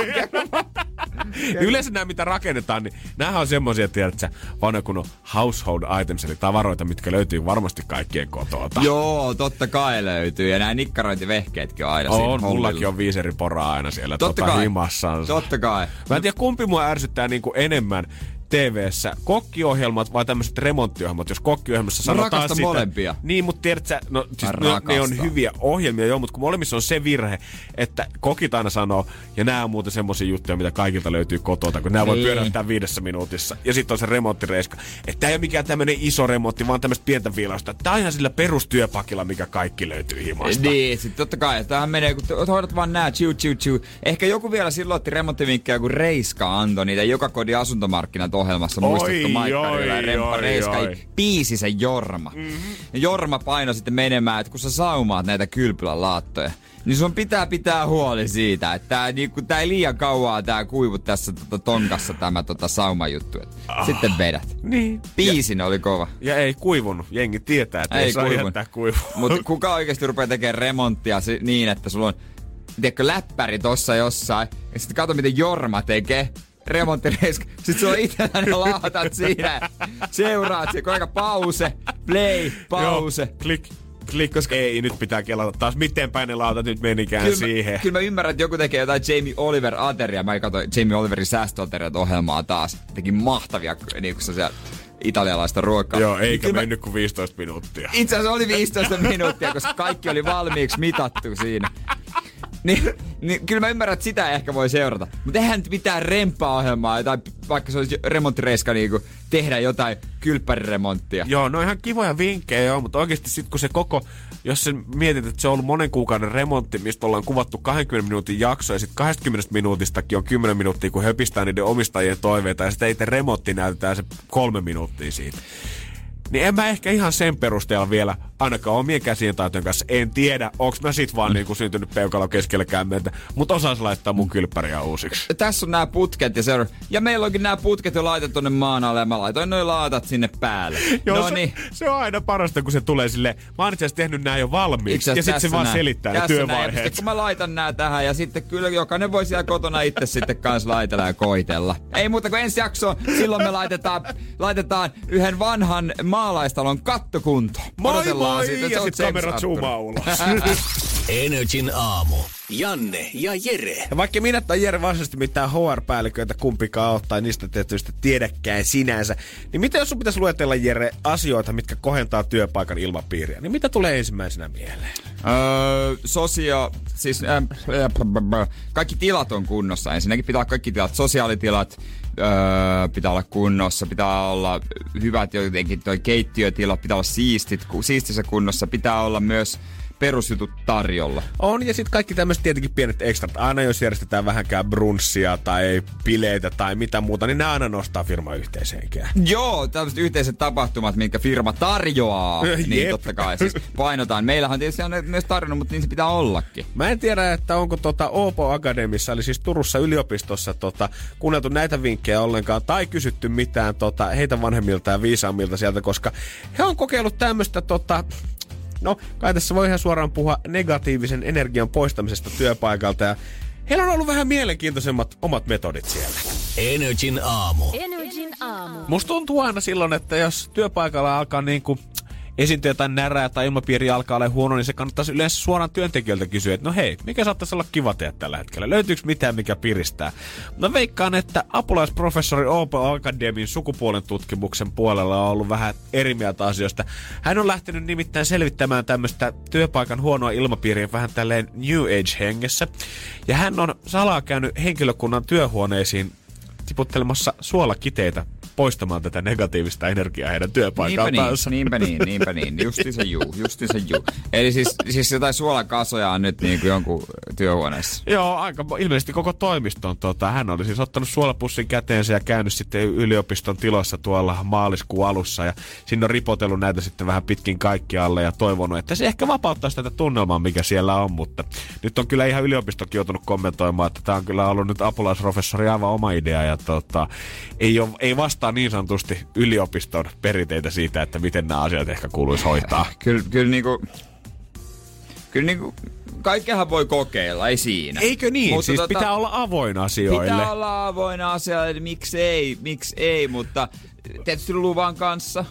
Yleensä nämä, mitä rakennetaan, niin näähän on semmosia, tiedätkö, vanha kun on household items, eli tavaroita, mitkä löytyy varmasti kaikkien kotota. Joo, totta kai löytyy. Ja nämä nikkarointivehkeetkin on aina siinä hollilla. Mullakin on viiseriporaa aina siellä himassansa. Totta kai. Mä en tiedä, kumpi mua ärsyttää niinku enemmän TV:ssä, kokkiohjelmat vai tämmöiset remonttiohjelmat, jos kokkiohjelmassa sanotaan sitä. Molempia. Niin, mutta tiedätkö, no siis ne on hyviä ohjelmia joo, mutta kun molemmissa on se virhe, että kokit aina sanoo, ja nämä on muuten semmosia juttuja, mitä kaikilta löytyy kotota, kun nämä voi pyöräyttää 5 minuutissa. Ja sitten on se remonttireiska. Että tää ei ole mikään tämmönen iso remontti, vaan tämmöistä pientä viilausta. Tää on ihan sillä perustyöpakilla, mikä kaikki löytyy himasta. Niin, sit totta kai. Tämähän menee, kun hoidat vaan nää, chiu. Ehkä joku vielä silloin otti remonttivinkkejä, kun Reiska antoi niitä joka kodin asuntomarkkinat ohjelmassa, muistatko Maikkarilla ja Remppa Reiska piisi sen Jorma. Ja Jorma paino sitten menemään, että kun sä saumaat näitä kylpylän laattoja, niin sun pitää huoli siitä, että tää ei liian kauaa tää kuivu tässä tonkassa tämä saumajuttu. Sitten vedät. Niin. Biisin oli kova. Ja ei kuivunut. Jengi tietää, että ei saa jättää kuivua. Mutta kuka oikeesti rupeaa tekemään remonttia niin, että sulla on läppäri tossa jossain, ja sitten kato miten Jorma tekee. Remonttireiska. Sitten sulla on itsellä ne lautat siinä. Seuraat se, aika pause, play, pause. Joo, klik, koska ei nyt pitää kelata taas. Miten päin ne lautat nyt menikään siihen. Kyllä mä ymmärrän, että joku tekee jotain Jamie Oliver-ateria. Mä katsoin Jamie Oliverin säästöateriat-ohjelmaa taas. Teki mahtavia niin kuin siellä italialaista ruokaa. Joo, eikä mennyt kuin 15 minuuttia. Itse asiassa oli 15 minuuttia, koska kaikki oli valmiiksi mitattu siinä. niin kyllä mä ymmärrän, että sitä ehkä voi seurata. Mutta eihän nyt mitään remppaa-ohjelmaa, tai vaikka se olisi remonttireiska niinku tehdä jotain kylppäriremonttia. Joo, no ihan kivoja vinkkejä joo, mutta oikeasti sit kun se koko, jos sen mietit, että se on ollut monen kuukauden remontti, mistä ollaan kuvattu 20 minuutin jakso, ja sitten 20 minuutistakin on 10 minuuttia, kun höpistää niiden omistajien toiveita, ja sitten itse remontti näytetään se 3 minuuttia siitä. Niin en mä ehkä ihan sen perusteella vielä, ainakaan omien käsien taitojen kanssa, en tiedä, onks mä sit vaan niinku syntynyt peukalo keskellä kämmentä, mutta osais laittaa mun kylppäriä uusiksi. Tässä on nämä putket ja meillä onkin nämä putket jo laitettu tonne maan alle ja mä laitoin noi laatat sinne päälle. Joo, se on aina parasta, kun se tulee silleen, mä oon itse asiassa tehnyt nää jo valmiiksi ja sit se vaan selittää ne työvaiheet. Ja kun mä laitan nää tähän ja sitten kyllä jokainen voi siellä kotona itse sitten kans laitella ja koitella. Ei muuta kuin ensi jaksoon, silloin me laitetaan yhden vanhan maalaistalon kattokunto. Moi moi! Ja sit kamerat zoomaa ulos. NRJ:n aamu. Janne ja Jere. Ja vaikka minä tai Jere varsinaisesti mitään HR-päälliköitä kumpikaan ottaa, tai niistä tietysti tiedäkään sinänsä, niin mitä jos sun pitäisi luetella, Jere, asioita, mitkä kohentaa työpaikan ilmapiiriä, niin mitä tulee ensimmäisenä mieleen? Kaikki tilat on kunnossa. Ensinnäkin pitää olla kaikki tilat, sosiaalitilat, pitää olla kunnossa, pitää olla hyvät jotenkin toi keittiötila, pitää olla siistissä kunnossa, pitää olla myös perusjutut tarjolla. On, ja sitten kaikki tämmöiset tietenkin pienet ekstrat. Aina jos järjestetään vähänkään brunssia tai bileitä tai mitä muuta, niin ne aina nostaa firman yhteishenkeä. Joo, tämmöiset yhteiset tapahtumat, minkä firma tarjoaa, niin totta kai siis painotaan. Meillähän tietysti on myös tarjonnut, mutta niin se pitää ollakin. Mä en tiedä, että onko Åbo Akademissa, eli siis Turussa yliopistossa kuunneltu näitä vinkkejä ollenkaan tai kysytty mitään heitä vanhemmilta ja viisaammilta sieltä, koska he on kokeillut tämmöistä no, kai tässä voi ihan suoraan puhua negatiivisen energian poistamisesta työpaikalta ja heillä on ollut vähän mielenkiintoisemmat omat metodit siellä. NRJ:n aamu. Musta tuntuu aina silloin, että jos työpaikalla alkaa niinku esiintyä jotain närää tai ilmapiiri alkaa olla huono, niin se kannattaisi yleensä suoraan työntekijöiltä kysyä, että no hei, mikä saattaisi olla kiva tehdä tällä hetkellä? Löytyykö mitään, mikä piristää? Mä veikkaan, että apulaisprofessori Åbo Akademin sukupuolen tutkimuksen puolella on ollut vähän eri mieltä asioista. Hän on lähtenyt nimittäin selvittämään tämmöistä työpaikan huonoa ilmapiiriä vähän tälleen New Age-hengessä. Ja hän on salaa käynyt henkilökunnan työhuoneisiin tiputtelemassa suolakiteitä poistamaan tätä negatiivista energiaa heidän työpaikaltaansa. Niinpä niin. Justiinsa juu. Eli siis jotain suolakasoja on nyt niin kuin jonkun työhuoneessa. Joo, aika ilmeisesti koko toimiston. Hän oli siis ottanut suolapussin käteensä ja käynyt sitten yliopiston tiloissa tuolla maaliskuun alussa. Ja sinne on ripotellut näitä sitten vähän pitkin kaikkialle ja toivonut, että se ehkä vapauttaisi tätä tunnelmaa, mikä siellä on. Mutta nyt on kyllä ihan yliopistokin joutunut kommentoimaan, että tämä on kyllä ollut nyt apulaisprofessori aivan oma idea. Ja ei vastaa niin sanotusti yliopiston perinteitä siitä, että miten nämä asiat ehkä kuuluisi hoitaa. Kyllä niinku kaikkeahan voi kokeilla, ei siinä. Eikö niin? Mutta siis pitää olla avoin asioille. Pitää olla avoin asioille, miksi ei, mutta tietysti luvan kanssa.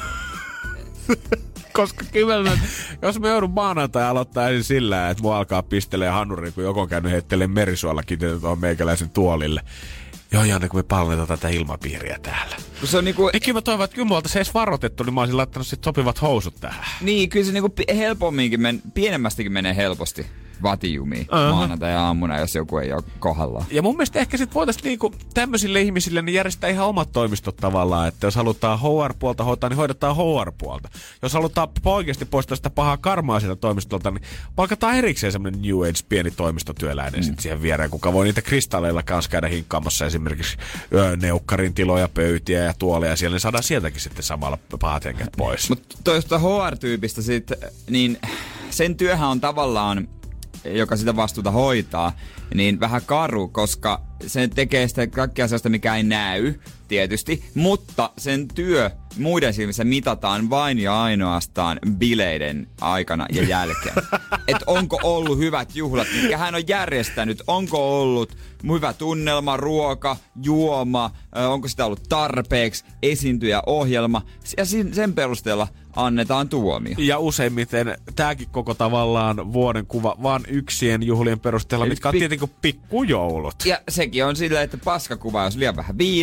Koska kyllä, jos mä joudun maanantai aloittaa ensin sillä, että mua alkaa pistelee hanuri, kun joku on käynyt heittelemään merisuollakin tuohon meikäläisen tuolille. Joo, Janne, kun me palvetaan tätä ilmapiiriä täällä. Se on niinku... Kyllä mä toivon, että kyllä mä oltais edes varoitettu, niin mä olisin laittanut sit sopivat housut tähän. Niin, kyllä se niinku helpomminkin, pienemmästikin menee helposti vatijumiin maanantai-aamuna, jos joku ei ole kohdallaan. Ja mun mielestä ehkä sit voitaisiin niinku tämmöisille ihmisille niin järjestää ihan omat toimistot tavallaan, että jos halutaan HR-puolta hoitaa, niin hoidetaan HR-puolta. Jos halutaan oikeasti poistaa sitä pahaa karmaa sieltä toimistolta, niin palkataan erikseen semmoinen New Age pieni toimistotyöläinen sit siihen viereen, kuka voi niitä kristalleilla kanssa käydä hinkkaamassa esimerkiksi neukkarin tiloja, pöytiä ja tuoleja siellä, niin saadaan sieltäkin sitten samalla pahat henget pois. Mutta toista HR-tyypistä sit, niin sen työhän on tavallaan, joka sitä vastuuta hoitaa, niin vähän karu, koska se tekee sitä kaikkea sellaista, mikä ei näy, tietysti, mutta sen työ muiden silmissä mitataan vain ja ainoastaan bileiden aikana ja jälkeen. Et onko ollut hyvät juhlat, mitkä hän on järjestänyt, onko ollut hyvä tunnelma, ruoka, juoma, onko sitä ollut tarpeeksi, esiintyjä, ohjelma, ja sen perusteella annetaan tuomio. Ja useimmiten tääkin koko tavallaan vuoden kuva vaan yksien juhlien perusteella, mitkä on tietenkin pikkujoulut. Ja sekin on silleen, että paskakuva, jos liian vähän viinaa, hyvä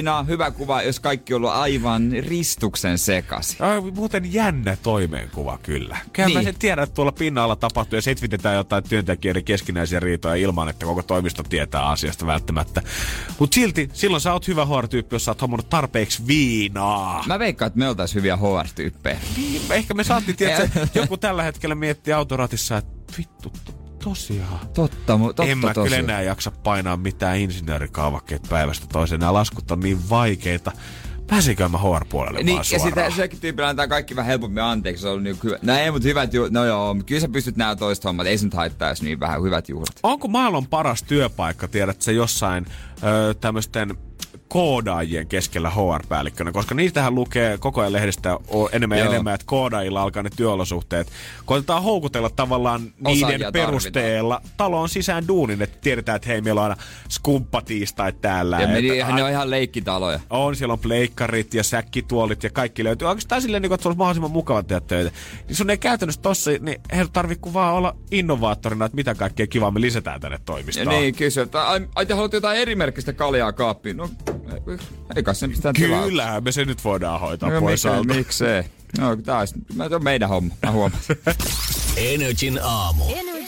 hyvä kuva, jos kaikki on ollut aivan ristuksen sekaisin. Muuten jännä toimeenkuva kyllä. Kyllä Niin. mä sen tiedän, että tuolla pinnalla tapahtuu ja setvitetään jotain työntekijöiden keskinäisiä riitoja ilman, että koko toimisto tietää asiasta välttämättä. Mut silti, silloin sä oot hyvä HR-tyyppi, jos sä oot hommannut tarpeeksi viinaa. Mä veikkaan, että me oltais hyviä HR-tyyppejä. Niin, ehkä me saatiin tietää, joku tällä hetkellä miettii autoratissa, että vittu, tosiaan. Totta. En mä kyllä enää jaksa painaa mitään insinöörikaavakkeet päivästä toiseen. Nämä laskut on niin vaikeita. Pääsikö mä HR-puolelle niin, vaan suoraan? Ja sitten sekin tyypillä antaa kaikki vähän helpommin anteeksi. Se on niin hyvä. No ei, mutta hyvät juhlat. No joo, kyllä sä pystyt nää toista hommat. Ei se nyt haittaa, jos niin vähän hyvät juhlat. Onko maailman paras työpaikka, tiedät sä jossain tämmöisten koodaajien keskellä HR-päällikkönä, koska niitähän lukee koko ajan lehdistä enemmän ja enemmän, että koodaajilla alkaa ne työolosuhteet. Koitetaan houkutella tavallaan niiden perusteella taloon sisään duunin, että tiedetään, että hei, meillä on aina skumppatiistait täällä. Ja ne on ihan leikkitaloja. On, siellä on pleikkarit ja säkkituolit ja kaikki löytyy. Oikeastaan silleen, että se olisi mahdollisimman mukava tehdä töitä. Niin sun ei käytännössä tossa, niin ei tarvitse kuin vaan olla innovaattorina, että mitä kaikkea kivaa me lisätään tänne toimistoon. Niin, kysyä, että ai te haluatte jotain erimerkkistä kaljaa kaappiin. No, eikä se mitään tilaa. Kyllähän me se nyt voidaan hoitaa pois alta. Miksei? No, taas on meidän homma, mä huomasin. Energin aamu.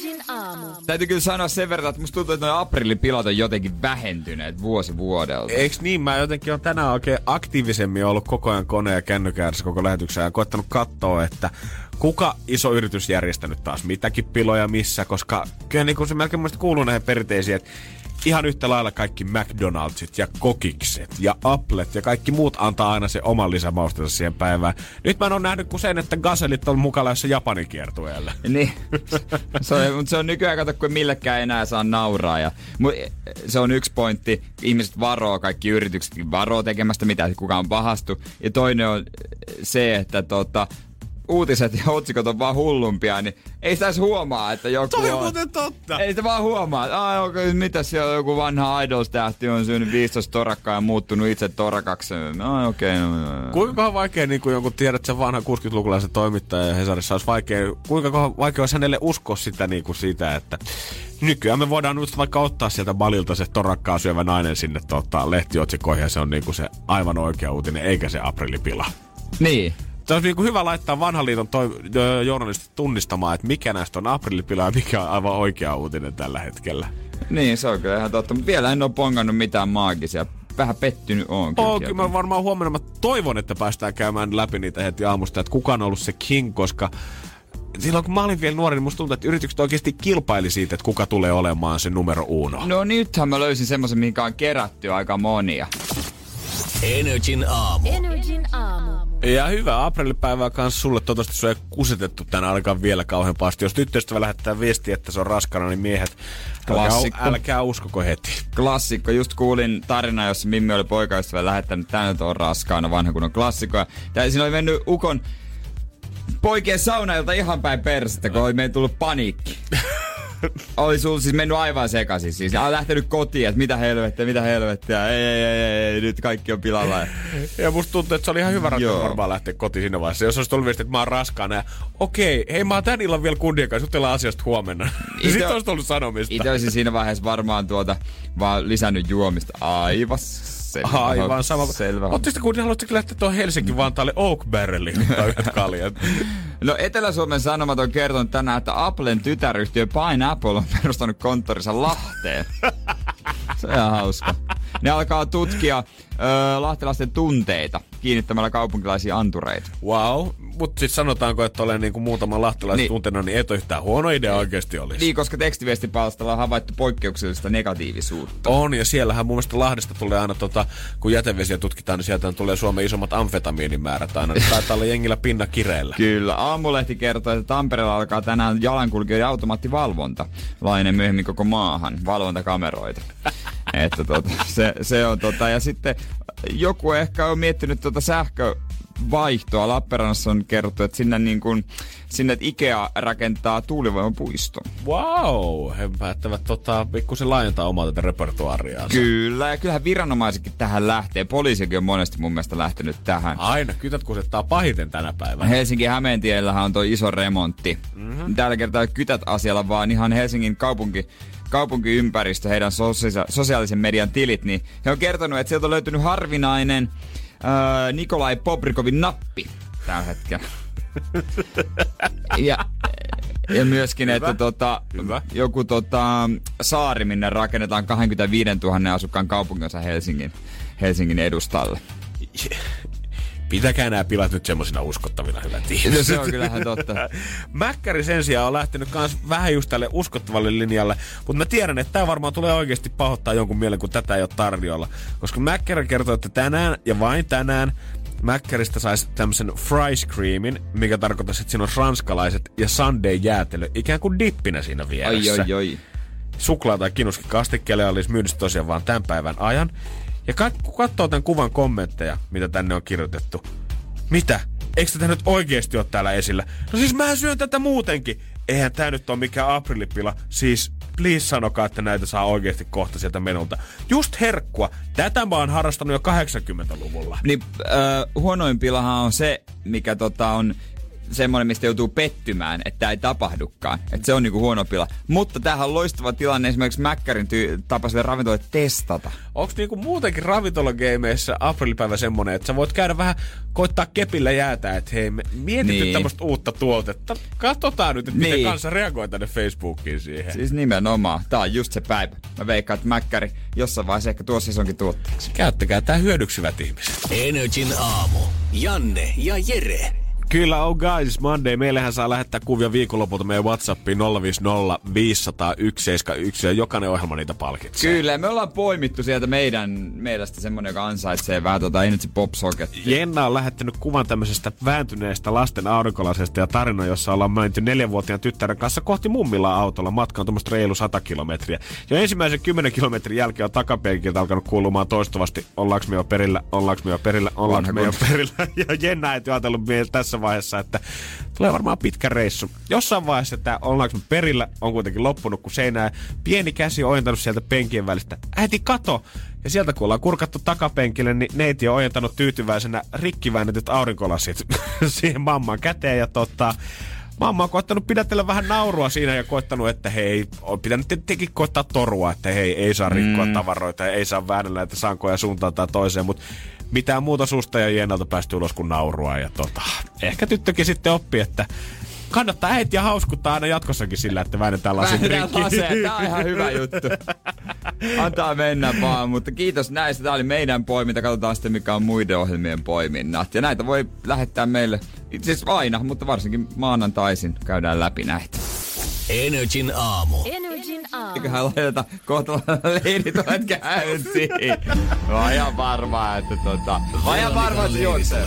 Täytyy kyllä sanoa sen verran, että musta tuntuu, että nuo aprillipilat on jotenkin vähentyneet vuosi vuodelta. Eiks niin? Mä jotenkin on tänään oikein aktiivisemmin ollut koko ajan koneen ja kännykäärässä koko lähetyksen ja koettanut katsoa, että kuka iso yritys järjestänyt taas mitäkin piloja missä, koska kyllä niin kuin se melkein muista kuuluu näihin perinteisiin, että ihan yhtä lailla kaikki McDonald'sit ja Kokikset ja Applet ja kaikki muut antaa aina se oman lisämaustensa siihen päivään. Nyt mä en ole nähnyt kuin sen, että Gazellit on mukana jossa Japanin kiertueella. Niin. Mutta se on nykyään, kato, kun millekään enää saa nauraa. Se on yksi pointti. Ihmiset varoo, kaikki yrityksetkin varoo tekemästä mitään, kukaan on pahastu. Ja toinen on se, että uutiset ja otsikot on vaan hullumpia, niin ei sitä edes huomaa, että joku Toi on muuten totta. Ei sitä vaan huomaa, että mitä siellä on joku vanha Idols-tähti on syönyt 15 torakkaa ja muuttunut itse torakaksi. Okei. Kuinka vaikea, niin kuin jonkun tiedät, sen vanha 60-lukulaisen toimittaja ja Hesarissa olisi vaikea, kuinka vaikea olisi hänelle uskoa sitä, niin kuin siitä, että nykyään me voidaan just vaikka ottaa sieltä Balilta se torakkaa syövä nainen sinne lehtiotsikoihin ja se on niin kuin se aivan oikea uutinen, eikä se aprillipila. Niin. Se olisi niin hyvä laittaa vanhan liiton journalistit tunnistamaan, että mikä näistä on aprillipila ja mikä on aivan oikea uutinen tällä hetkellä. Niin, se on kyllä ihan totta. Mutta vielä en ole pongannut mitään maagisia. Vähän pettynyt on. Kyllä mä varmaan huomenna. Mä toivon, että päästään käymään läpi niitä heti aamusta, että kuka on ollut se king, koska silloin kun mä olin vielä nuori, niin musta tuntuu, että yritykset oikeasti kilpaili siitä, että kuka tulee olemaan se numero uno. No nythän mä löysin semmoisen, mihinkä on kerätty aika monia. Energin aamu. Ja hyvää aprillipäivää kanssa sulle. Toivottavasti sua ei kusetettu tänään ainakaan vielä kauhean pahasti. Jos tyttöystävä lähettää viestiä, että se on raskana, niin miehet, älkää uskoko heti. Klassikko. Just kuulin tarina, jossa Mimmi oli poikaystävä lähettänyt tänne on raskaana, vanha kunnon klassikko. Ja siinä oli mennyt ukon poikien saunailta ihan päin persettä, kun oli meidän tullut paniikki. Oli sulla siis mennyt aivan sekaisin. Siis on lähtenyt kotiin, että mitä helvettiä. Ei, nyt kaikki on pilalla. Ja musta tuntuu, että se oli ihan hyvä ratkaisu varmaan lähteä kotiin siinä vaiheessa. Jos olisi tullut viesti, että mä oon raskaana ja okei, hei mä oon tän illan vielä kundien kanssa, jutellaan asiasta huomenna. Sitten olisi tullut sanomista. Itse olisin siinä vaiheessa varmaan vaan lisännyt juomista. Aivan sama. Selvä. Ootteko kun haluatteko lähteä tuohon Helsinki-Vantaalle Oak Barreliin tai yhdet kaljat? No Etelä-Suomen Sanomat on kertonut tänään, että Applen tytäryhtiö Pineapple on perustanut konttorinsa Lahteen. Se on ihan hauska. Ne alkaa tutkia lahtelaisten tunteita kiinnittämällä kaupunkilaisia antureita. Wow, mutta sitten sanotaanko, että olen niinku muutaman lahtelaisen tunteena, niin ei ole yhtään huono idea oikeasti olisi. Niin, koska tekstiviestipalstalla on havaittu poikkeuksellista negatiivisuutta. On, ja siellähän mun mielestä Lahdesta tulee aina, kun jätevesiä tutkitaan, niin sieltä tulee Suomen isommat amfetamiinimäärät aina. Taitaa olla jengillä pinna kireellä. Kyllä, Aamulehti kertoo, että Tampereella alkaa tänään jalankulkijoiden automaattivalvonta. Laajenee myöhemmin koko maahan, valvontakameroita. Että se on ja sitten joku ehkä on miettinyt sähkövaihtoa. Lappeenrannassa on kerrottu, että sinne Ikea rakentaa tuulivoimapuiston. Wow, he päättävät pikkusen laajentaa omaa tätä repertuaariaa. Kyllä, ja kyllähän viranomaisetkin tähän lähtee. Poliisikin on monesti mun mielestä lähtenyt tähän. Aina, kytät kusettaa pahiten tänä päivänä. Helsingin Hämeentiellähän on tuo iso remontti. Tällä kertaa kytät asialla, vaan ihan Helsingin kaupunkiympäristö, heidän sosiaalisen median tilit, niin he on kertonut, että sieltä on löytynyt harvinainen Nikolai Bobrikovin nappi tällä hetkellä. Ja myöskin, hyvä. Että joku saari, minne rakennetaan 25 000 asukkaan kaupunginosa Helsingin edustalle. Pitäkää nämä pilat nyt semmosina uskottavina, hyvät ihmiset. No se on kyllähän totta. Mäkkäri sen sijaan on lähtenyt kans vähän just tälle uskottavalle linjalle, mutta mä tiedän, että tää varmaan tulee oikeasti pahoittaa jonkun mielen, kun tätä ei ole tarjolla. Koska Mäkkäri kertoo, että tänään ja vain tänään Mäkkäristä saisi tämmösen fries creamin, mikä tarkoittaa, että siinä on ranskalaiset ja sundae-jäätelö ikään kuin dippinä siinä vieressä. Ai. Suklaa tai kinuskin kastikkeelle olisi myynnissä tosiaan vaan tämän päivän ajan. Ja kun katsoo tämän kuvan kommentteja, mitä tänne on kirjoitettu. Mitä? Eikö tätä nyt oikeesti ole täällä esillä? No siis mä syön tätä muutenkin. Eihän tää nyt ole mikään aprillipila. Siis please sanokaa, että näitä saa oikeesti kohta sieltä menulta. Just herkkua. Tätä mä oon harrastanut jo 80-luvulla. Niin huonoin pilahan on se, mikä on semmoinen, mistä joutuu pettymään, että ei tapahdukaan. Että se on niinku huono pila. Mutta tämähän on loistava tilanne esimerkiksi Mäkkärin tapaisille ravintoloille testata. Onko niinku muutenkin ravintolageimeissä aprillipäivä semmonen, että sä voit käydä vähän koittaa kepillä jäätä, että hei, me mietitty tämmöistä uutta tuotetta. Katsotaan nyt, että miten kanssa reagoi tänne Facebookiin siihen. Siis nimenomaan. Tää on just se päivä. Mä veikkaan, että Mäkkäri jossain vaiheessa ehkä tuossa sesonkin tuotteeksi. Käyttäkää tää hyödyksivät ihmiset. NRJ:n aamu. Janne ja Jere. Kyllä, oh guys, Monday. Meillähän saa lähettää kuvia viikonlopulta meidän WhatsAppiin 050 500 171 ja jokainen ohjelma niitä palkitsee. Kyllä, me ollaan poimittu sieltä meidän mielestä semmonen, joka ansaitsee vähän Energy Pop-sokettia. Jenna on lähettänyt kuvan tämmöisestä vääntyneestä lasten aurinkolasesta ja tarina, jossa ollaan menty 4-vuotiaan tyttären kanssa kohti mummilaa autolla. Matka on tuommoista reilu 100 kilometriä. Ja ensimmäisen 10 kilometrin jälkeen on takapenkiltä alkanut kuulumaan toistuvasti, ollaanko me jo perillä. Ja Jenna ei ajatellut tässä vaiheessa, että tulee varmaan pitkä reissu. Jossain vaiheessa tämä ollaanko me perillä on kuitenkin loppunut, kun seinää pieni käsi on ojentanut sieltä penkien välistä. Äiti, kato! Ja sieltä kun ollaan kurkattu takapenkille, niin neiti on ojentanut tyytyväisenä rikkiväännetyt aurinkolasit siihen mamman käteen. Ja mamma on koittanut pidätellä vähän naurua siinä ja koittanut, että hei, on pitänyt tietenkin koittaa torua, että hei, ei saa rikkoa tavaroita ja ei saa väännellä näitä sankoja suuntaan tai toiseen, mutta mitään muuta susta ja Jennalta päästy ulos kuin naurua. Ja ehkä tyttökin sitten oppi, että kannattaa äitiä hauskuttaa aina jatkossakin sillä, että väännetään lasit rikki. Tää on ihan hyvä juttu. Antaa mennä vaan, mutta kiitos näistä. Tää oli meidän poiminta. Katsotaan sitten, mikä on muiden ohjelmien poiminnat. Ja näitä voi lähettää meille itse asiassa aina, mutta varsinkin maanantaisin käydään läpi näitä. NRJ:n aamu. Eiköhän laiteta kohta leiditoet käyntiin. Mä oon ihan varma, että juoksee.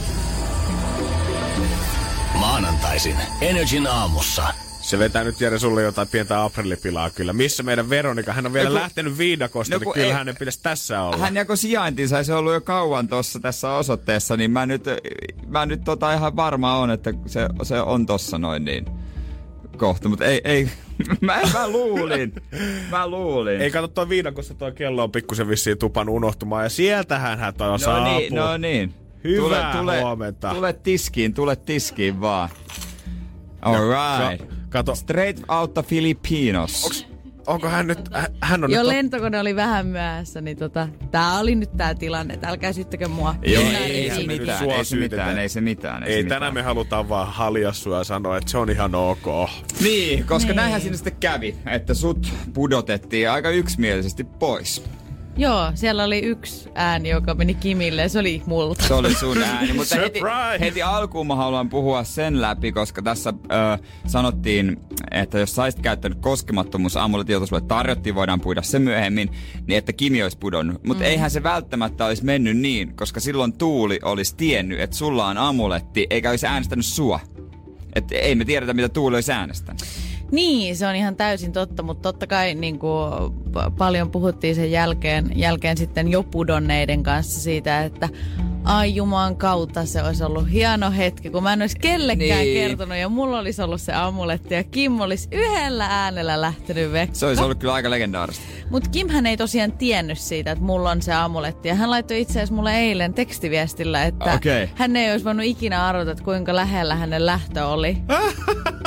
Maanantaisin NRJ:n aamussa. Se vetää nyt Jere sulle jotain pientä aprillipilaa kyllä. Missä meidän Veronika? Hän on vielä lähtenyt viidakosta, niin kyllä hänen pitäisi tässä olla. Hän jako sijaintinsa, se on ollut jo kauan tässä osoitteessa, niin mä nyt ihan varma on, että se on tossa noin niin kohta, mutta ei. Mä luulin. Ei kato, toi viidakossa toi kello on pikkusen vissiin tupan unohtumaan ja sieltähän hän toi saapuu. No niin. Hyvää huomenta. Tule tiskiin vaan. Alright. Kato. Straight outta Filipinos. Onko hän nyt, hän on jo lentokone oli vähän myöhässä, niin tää oli nyt tää tilanne. Älkää syyttäkö mua. Joo, ei se mitään. Ei tänään me halutaan vaan haljassua ja sanoa, että se on ihan ok. Niin, koska näinhän siinä sitten kävi, että sut pudotettiin aika yksimielisesti pois. Joo, siellä oli yksi ääni, joka meni Kimille ja se oli multa. Se oli sun ääni, mutta heti alkuun mä haluan puhua sen läpi, koska tässä sanottiin, että jos saisit käyttänyt koskemattomuusamuletin, jota sulle tarjottiin, voidaan puida se myöhemmin, niin että Kimi olisi pudonnut. Mutta eihän se välttämättä olisi mennyt niin, koska silloin Tuuli olisi tiennyt, että sulla on amuletti, eikä olisi äänestänyt sua. Että ei me tiedetä, mitä Tuuli olisi äänestänyt. Niin, se on ihan täysin totta, mutta totta kai niin kuin paljon puhuttiin sen jälkeen sitten jo pudonneiden kanssa siitä, että ai juman kautta se olisi ollut hieno hetki, kun mä en olisi kellekään kertonut ja mulla olisi ollut se amuletti ja Kim olisi yhdellä äänellä lähtenyt vekkaan. Se olisi ollut kyllä aika legendaarista. Mutta Kimhän ei tosiaan tiennyt siitä, että mulla on se amuletti ja hän laittoi itse asiassa mulle eilen tekstiviestillä, että hän ei olisi voinut ikinä arvata, että kuinka lähellä hänen lähtö oli.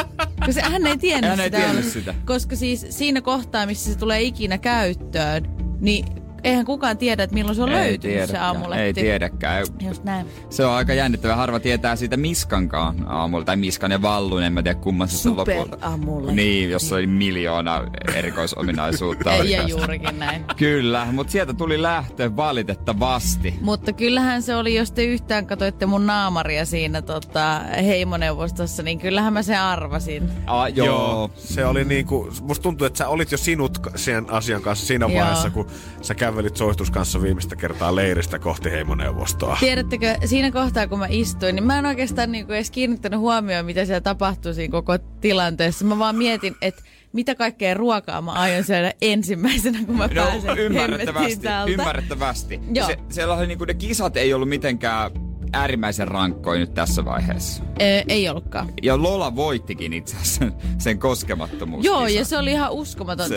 Koska hän ei tiennyt Hän ei tiennyt sitä. Koska siis siinä kohtaa, missä se tulee ikinä käyttöön, niin eihän kukaan tiedä, että milloin se on löytynyt se amuletti. Ei tiedäkään. Just näin. Se on aika jännittävää. Harva tietää siitä Miskankaan aamulla. Tai Miskan ja Vallun, en mä tiedä kumman se lopulta. Superamuletti. Niin, jossa oli miljoona erikoisominaisuutta. Ja juurikin näin. Kyllä, mutta sieltä tuli lähtö valitettavasti. Mutta kyllähän se oli, jos te yhtään katsoitte mun naamaria siinä heimoneuvostossa, niin kyllähän mä sen arvasin. Joo. Se oli niinku, musta tuntuu, että sä olit jo sinut sen asian kanssa siinä vaiheessa, kun sä kävelit Soistus kanssa viimeistä kertaa leiristä kohti heimoneuvostoa. Tiedättekö, siinä kohtaa kun mä istuin, niin mä en oikeastaan niinku edes kiinnittänyt huomioon, mitä siellä tapahtui siinä koko tilanteessa. Mä vaan mietin, että mitä kaikkea ruokaa mä aion syödä ensimmäisenä, kun mä pääsen hemmettiin täältä. Ymmärrettävästi. Siellä oli niinku, ne kisat ei ollut mitenkään äärimmäisen rankkoja nyt tässä vaiheessa. Ei ollutkaan. Ja Lola voittikin itse asiassa sen koskemattomuuskisan. Joo, ja se oli ihan uskomaton.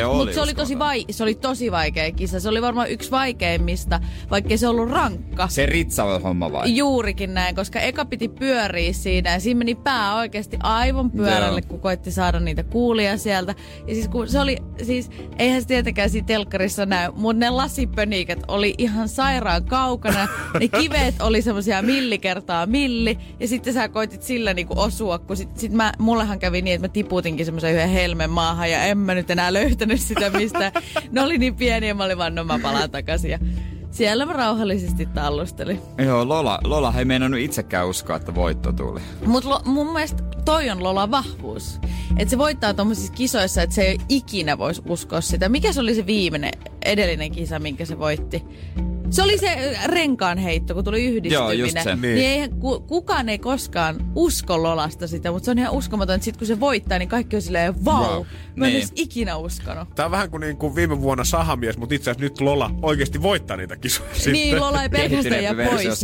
Se oli tosi vaikea kisa. Se oli varmaan yksi vaikeimmista, vaikkei se ollut rankka. Se ritsa-homma vai? Juurikin näin, koska eka piti pyöriä siinä ja siinä meni pää oikeasti aivan pyörälle, kun koitti saada niitä kuulia sieltä. Ja siis kun se oli, siis eihän se tietenkään siinä telkkarissa näy, mutta ne lasipönikät oli ihan sairaan kaukana. Ne kivet oli semmoisia milli kertaa milli ja sitten sä koitit sillä niinku osua, kun mullehan kävi niin, että mä tiputinkin semmoisen yhden helmen maahan ja en mä nyt enää löytänyt sitä mistään. Ne oli niin pieniä ja mä olin vaan, no mä palaan takaisin ja siellä mä rauhallisesti tallustelin. Joo, Lola ei meinannut itsekään uskoa, että voitto tuli. Mutta mun mielestä toi on Lola vahvuus. Että se voittaa tommosissa kisoissa, että se ei ikinä voisi uskoa sitä. Mikä se oli se edellinen kisa, minkä se voitti? Se oli se renkaan heitto, kun tuli yhdistyminen. Joo, just se. Niin eihän, kukaan ei koskaan usko Lolasta sitä, mutta se on ihan uskomaton, että sit kun se voittaa, niin kaikki on silleen wow. Mä en edes ikinä uskonut. Tää on vähän kuin niinku viime vuonna Sahamies, mutta itse asiassa nyt Lola oikeesti voittaa niitä kisoja sitten. Niin, Lola ei pelkästään jää pois.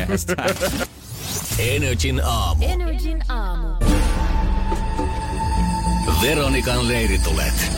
Energin aamu. Veronikan leiritulet.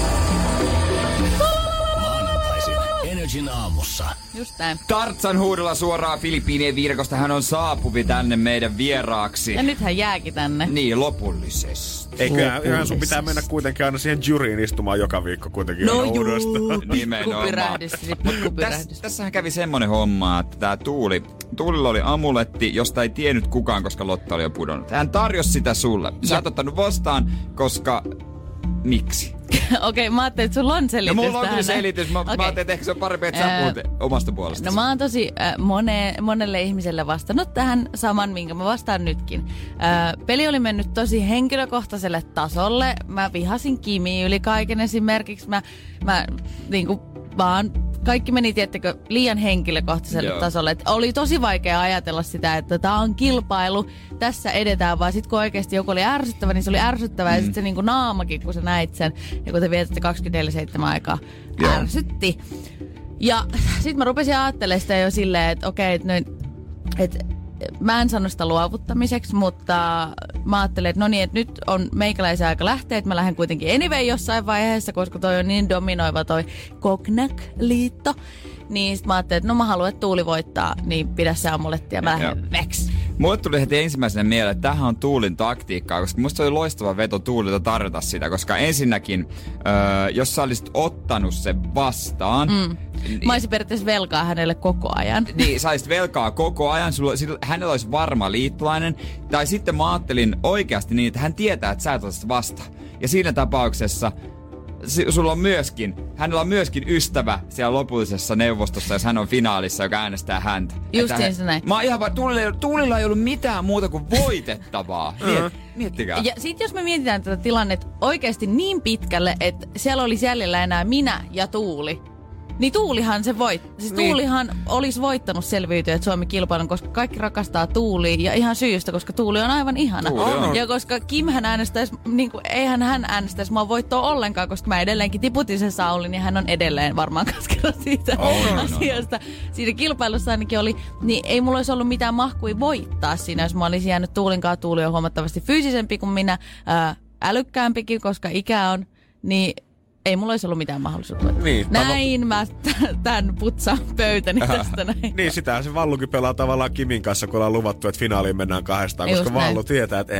Maanantaisin Energin aamussa. Just näin. Tartsan huudolla suoraan Filippiinien viidakosta. Hän on saapuvi tänne meidän vieraaksi. Ja nyt hän jääkin tänne. Niin, lopullisesti. Eiköhän sun pitää mennä kuitenkin aina siihen juryin istumaan joka viikko kuitenkin no uudestaan. Nimenomaan. Tässähän kävi semmonen homma, että tää Tuulilla oli amuletti, josta ei tiennyt kukaan, koska Lotta oli jo pudonnut. Hän tarjosi sitä sulle. Sä et ottanut vastaan, koska... Miksi? Okei, mä ajattelin, että sulla on selitys tähän. Mulla on kyllä selitys. Mä ajattelin, että ehkä se on parempi, että sä puhut omasta puolestasi. No mä oon tosi monelle ihmiselle vastannut tähän saman, minkä mä vastaan nytkin. Peli oli mennyt tosi henkilökohtaiselle tasolle. Mä vihasin Kimi yli kaiken esimerkiksi. Mä niinku vaan... Kaikki meni, tiettäkö, liian henkilökohtaiselle tasolle. Et oli tosi vaikea ajatella sitä, että tää on kilpailu, tässä edetään, vaan sit kun oikeasti joku oli ärsyttävä, niin se oli ärsyttävää. Ja sit se niinku naamakin, kun sä näit sen, ja kun te vietätte 24/7 aikaa, ärsytti. Ja sit mä rupesin ajattelemaan sitä jo silleen, että okei, että mä en sano sitä luovuttamiseksi, mutta mä ajattelin, että no niin, että nyt on meikäläisen aika lähteä, että mä lähden kuitenkin anyway jossain vaiheessa, koska toi on niin dominoiva toi Cognac-liitto. Niin sit mä ajattelin, että no mä haluan, että Tuuli voittaa, niin pidä se amuletti ja mä lähden veks. Mulle tuli heti ensimmäisenä mieleen, että tämähän on Tuulin taktiikkaa, koska musta oli loistava veto Tuulilta tarjota sitä, koska ensinnäkin, jos sä olisit ottanut sen vastaan... Niin, mä olisin periaatteessa velkaa hänelle koko ajan. Niin, sä olisit velkaa koko ajan, hänellä olisi varma liittolainen. Tai sitten mä ajattelin oikeasti niin, että hän tietää, että sä et ota sitä vastaan. Ja siinä tapauksessa... hänellä on myöskin ystävä siellä lopullisessa neuvostossa, jos hän on finaalissa, joka äänestää häntä. Justiinsa näin. Mä oon ihan vaan, Tuulilla ei ollut mitään muuta kuin voitettavaa. Miettikää. Ja sit jos me mietitään tätä tilannetta oikeasti niin pitkälle, että siellä olisi jäljellä enää minä ja Tuuli, niin Tuulihan se Tuulihan olisi voittanut selviytyä Suomi-kilpailun, koska kaikki rakastaa Tuulia ja ihan syystä, koska Tuuli on aivan ihana. Ja koska Kimhän äänestäisi, niin kuin, eihän hän äänestäisi mua voittoa ollenkaan, koska mä edelleenkin tiputin sen Saulin ja hän on edelleen varmaan kaskella siitä asiasta. Siinä kilpailussa ainakin oli, niin ei mulla olisi ollut mitään mahkui voittaa siinä, jos mä olisin jäänyt Tuulinkaan. Tuuli on huomattavasti fyysisempi kuin minä, älykkäämpikin, koska ikä on, niin... Ei mulla olisi ollut mitään mahdollisuutta. Niin, näin mä tän putsaan pöytäni tästä näin. Niin, sitähän se Vallukin pelaa tavallaan Kimin kanssa, kun ollaan luvattu, että finaaliin mennään kahdestaan. Just koska Vallu tietää, että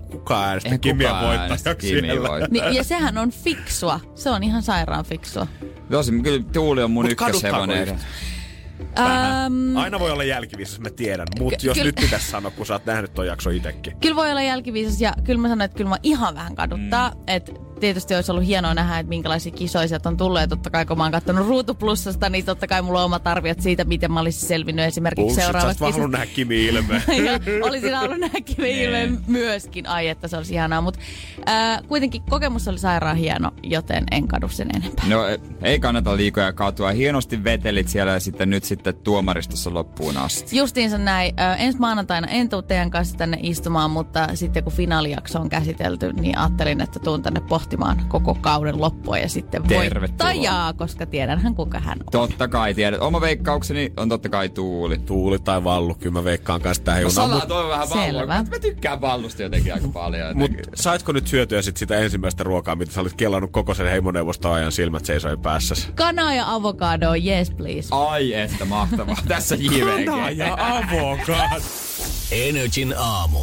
kukaan äänestä Kimiä voittajaksi siellä. Ja sehän on fiksua. Se on ihan sairaan fiksua. Tosin kyllä Tuuli on mun ykköshevonen. Aina voi olla jälkiviisas, mä tiedän. Mutta jos nyt pitäisi sanoa, kun sä oot nähnyt ton jakson itekin. Kyllä voi olla jälkiviisas ja kyllä mä sanon, että kyllä mä ihan vähän kaduttaa. Että tietysti olisi ollut hienoa nähdä, että minkälaisia kisoja sieltä on tullut. Ja totta kai kun mä oon katsonut Ruutu Plussasta, niin totta kai mulla on omat arviot siitä, miten mä olisin selvinnyt esimerkiksi seuraavat kisat. Sä halunnut nähdä Kimi ilmeen. Olisin halunnut nähdä Kimi ilmeen myöskin. Ai, että se olisi ihanaa. Mutta kuitenkin kokemus oli sairaan hieno, joten en kadu sen enempää. No ei kannata liikoja katua. Hienosti vetelit siellä ja sitten nyt sitten tuomaristossa loppuun asti. Justiinsa näin. Ensi maanantaina en tule teidän kanssa tänne istumaan, mutta sitten kun finaalijakso on käsitelty, niin ajattelin, että tuun tänne pohtimaan koko kauden loppua ja sitten voittajaa, koska tiedänhän kuka hän on. Totta kai tiedät. Oma veikkaukseni on totta kai Tuuli. Tuuli tai Vallu, kyllä mä veikkaan kanssa tähän junaan. Salaa toivon vähän Vallua. Mä tykkään Vallusta jotenkin aika paljon. Mut saitko nyt syötyä sit sitä ensimmäistä ruokaa, mitä sä olit kellannut koko sen heimoneuvoston ajan silmät seisoi päässäsi? Kana ja avokado, yes please. Ai että mahtavaa. Tässä JVG. Kana ja avokado. Energin aamu.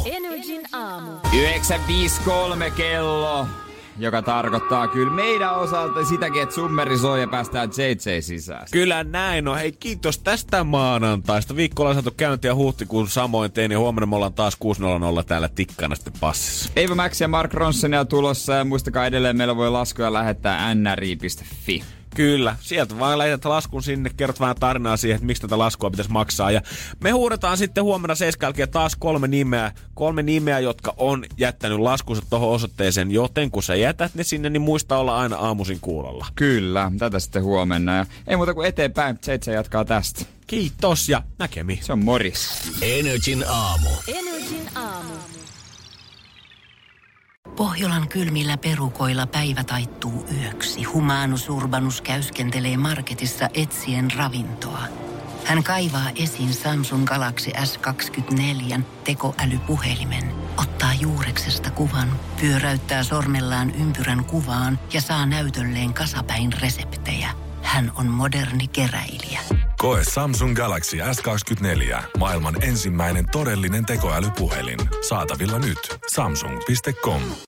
9.53 kello, joka tarkoittaa kyllä meidän osalta sitäkin, että summeri soi ja päästään JJ sisään. Kyllä näin on. Hei, kiitos tästä maanantaista. Viikkolla on saatu käyntiä huhtikuun samoin tein ja huomenna me ollaan taas 6.00 täällä tikkana sitten passissa. Eva Max ja Mark Ronsonia tulossa ja muistakaa edelleen meillä voi laskuja lähettää nri.fi. Kyllä, sieltä vaan lähetät laskun sinne, kerrot vähän tarinaa siihen, että miksi tätä laskua pitäisi maksaa. Ja me huudetaan sitten huomenna 7 jälkeen taas 3 nimeä, jotka on jättänyt laskunsa tohon osoitteeseen. Joten kun sä jätät ne sinne, niin muista olla aina aamuisin kuulolla. Kyllä, tätä sitten huomenna. Ja ei muuta kuin eteenpäin, JJ jatkaa tästä. Kiitos ja näkemiin. Se on moris. Energin aamu. Pohjolan kylmillä perukoilla päivä taittuu yöksi. Humanus Urbanus käyskentelee marketissa etsien ravintoa. Hän kaivaa esiin Samsung Galaxy S24 tekoälypuhelimen, ottaa juureksesta kuvan, pyöräyttää sormellaan ympyrän kuvaan ja saa näytölleen kasapäin reseptejä. Hän on moderni keräilijä. Koe Samsung Galaxy S24. Maailman ensimmäinen todellinen tekoälypuhelin. Saatavilla nyt. Samsung.com.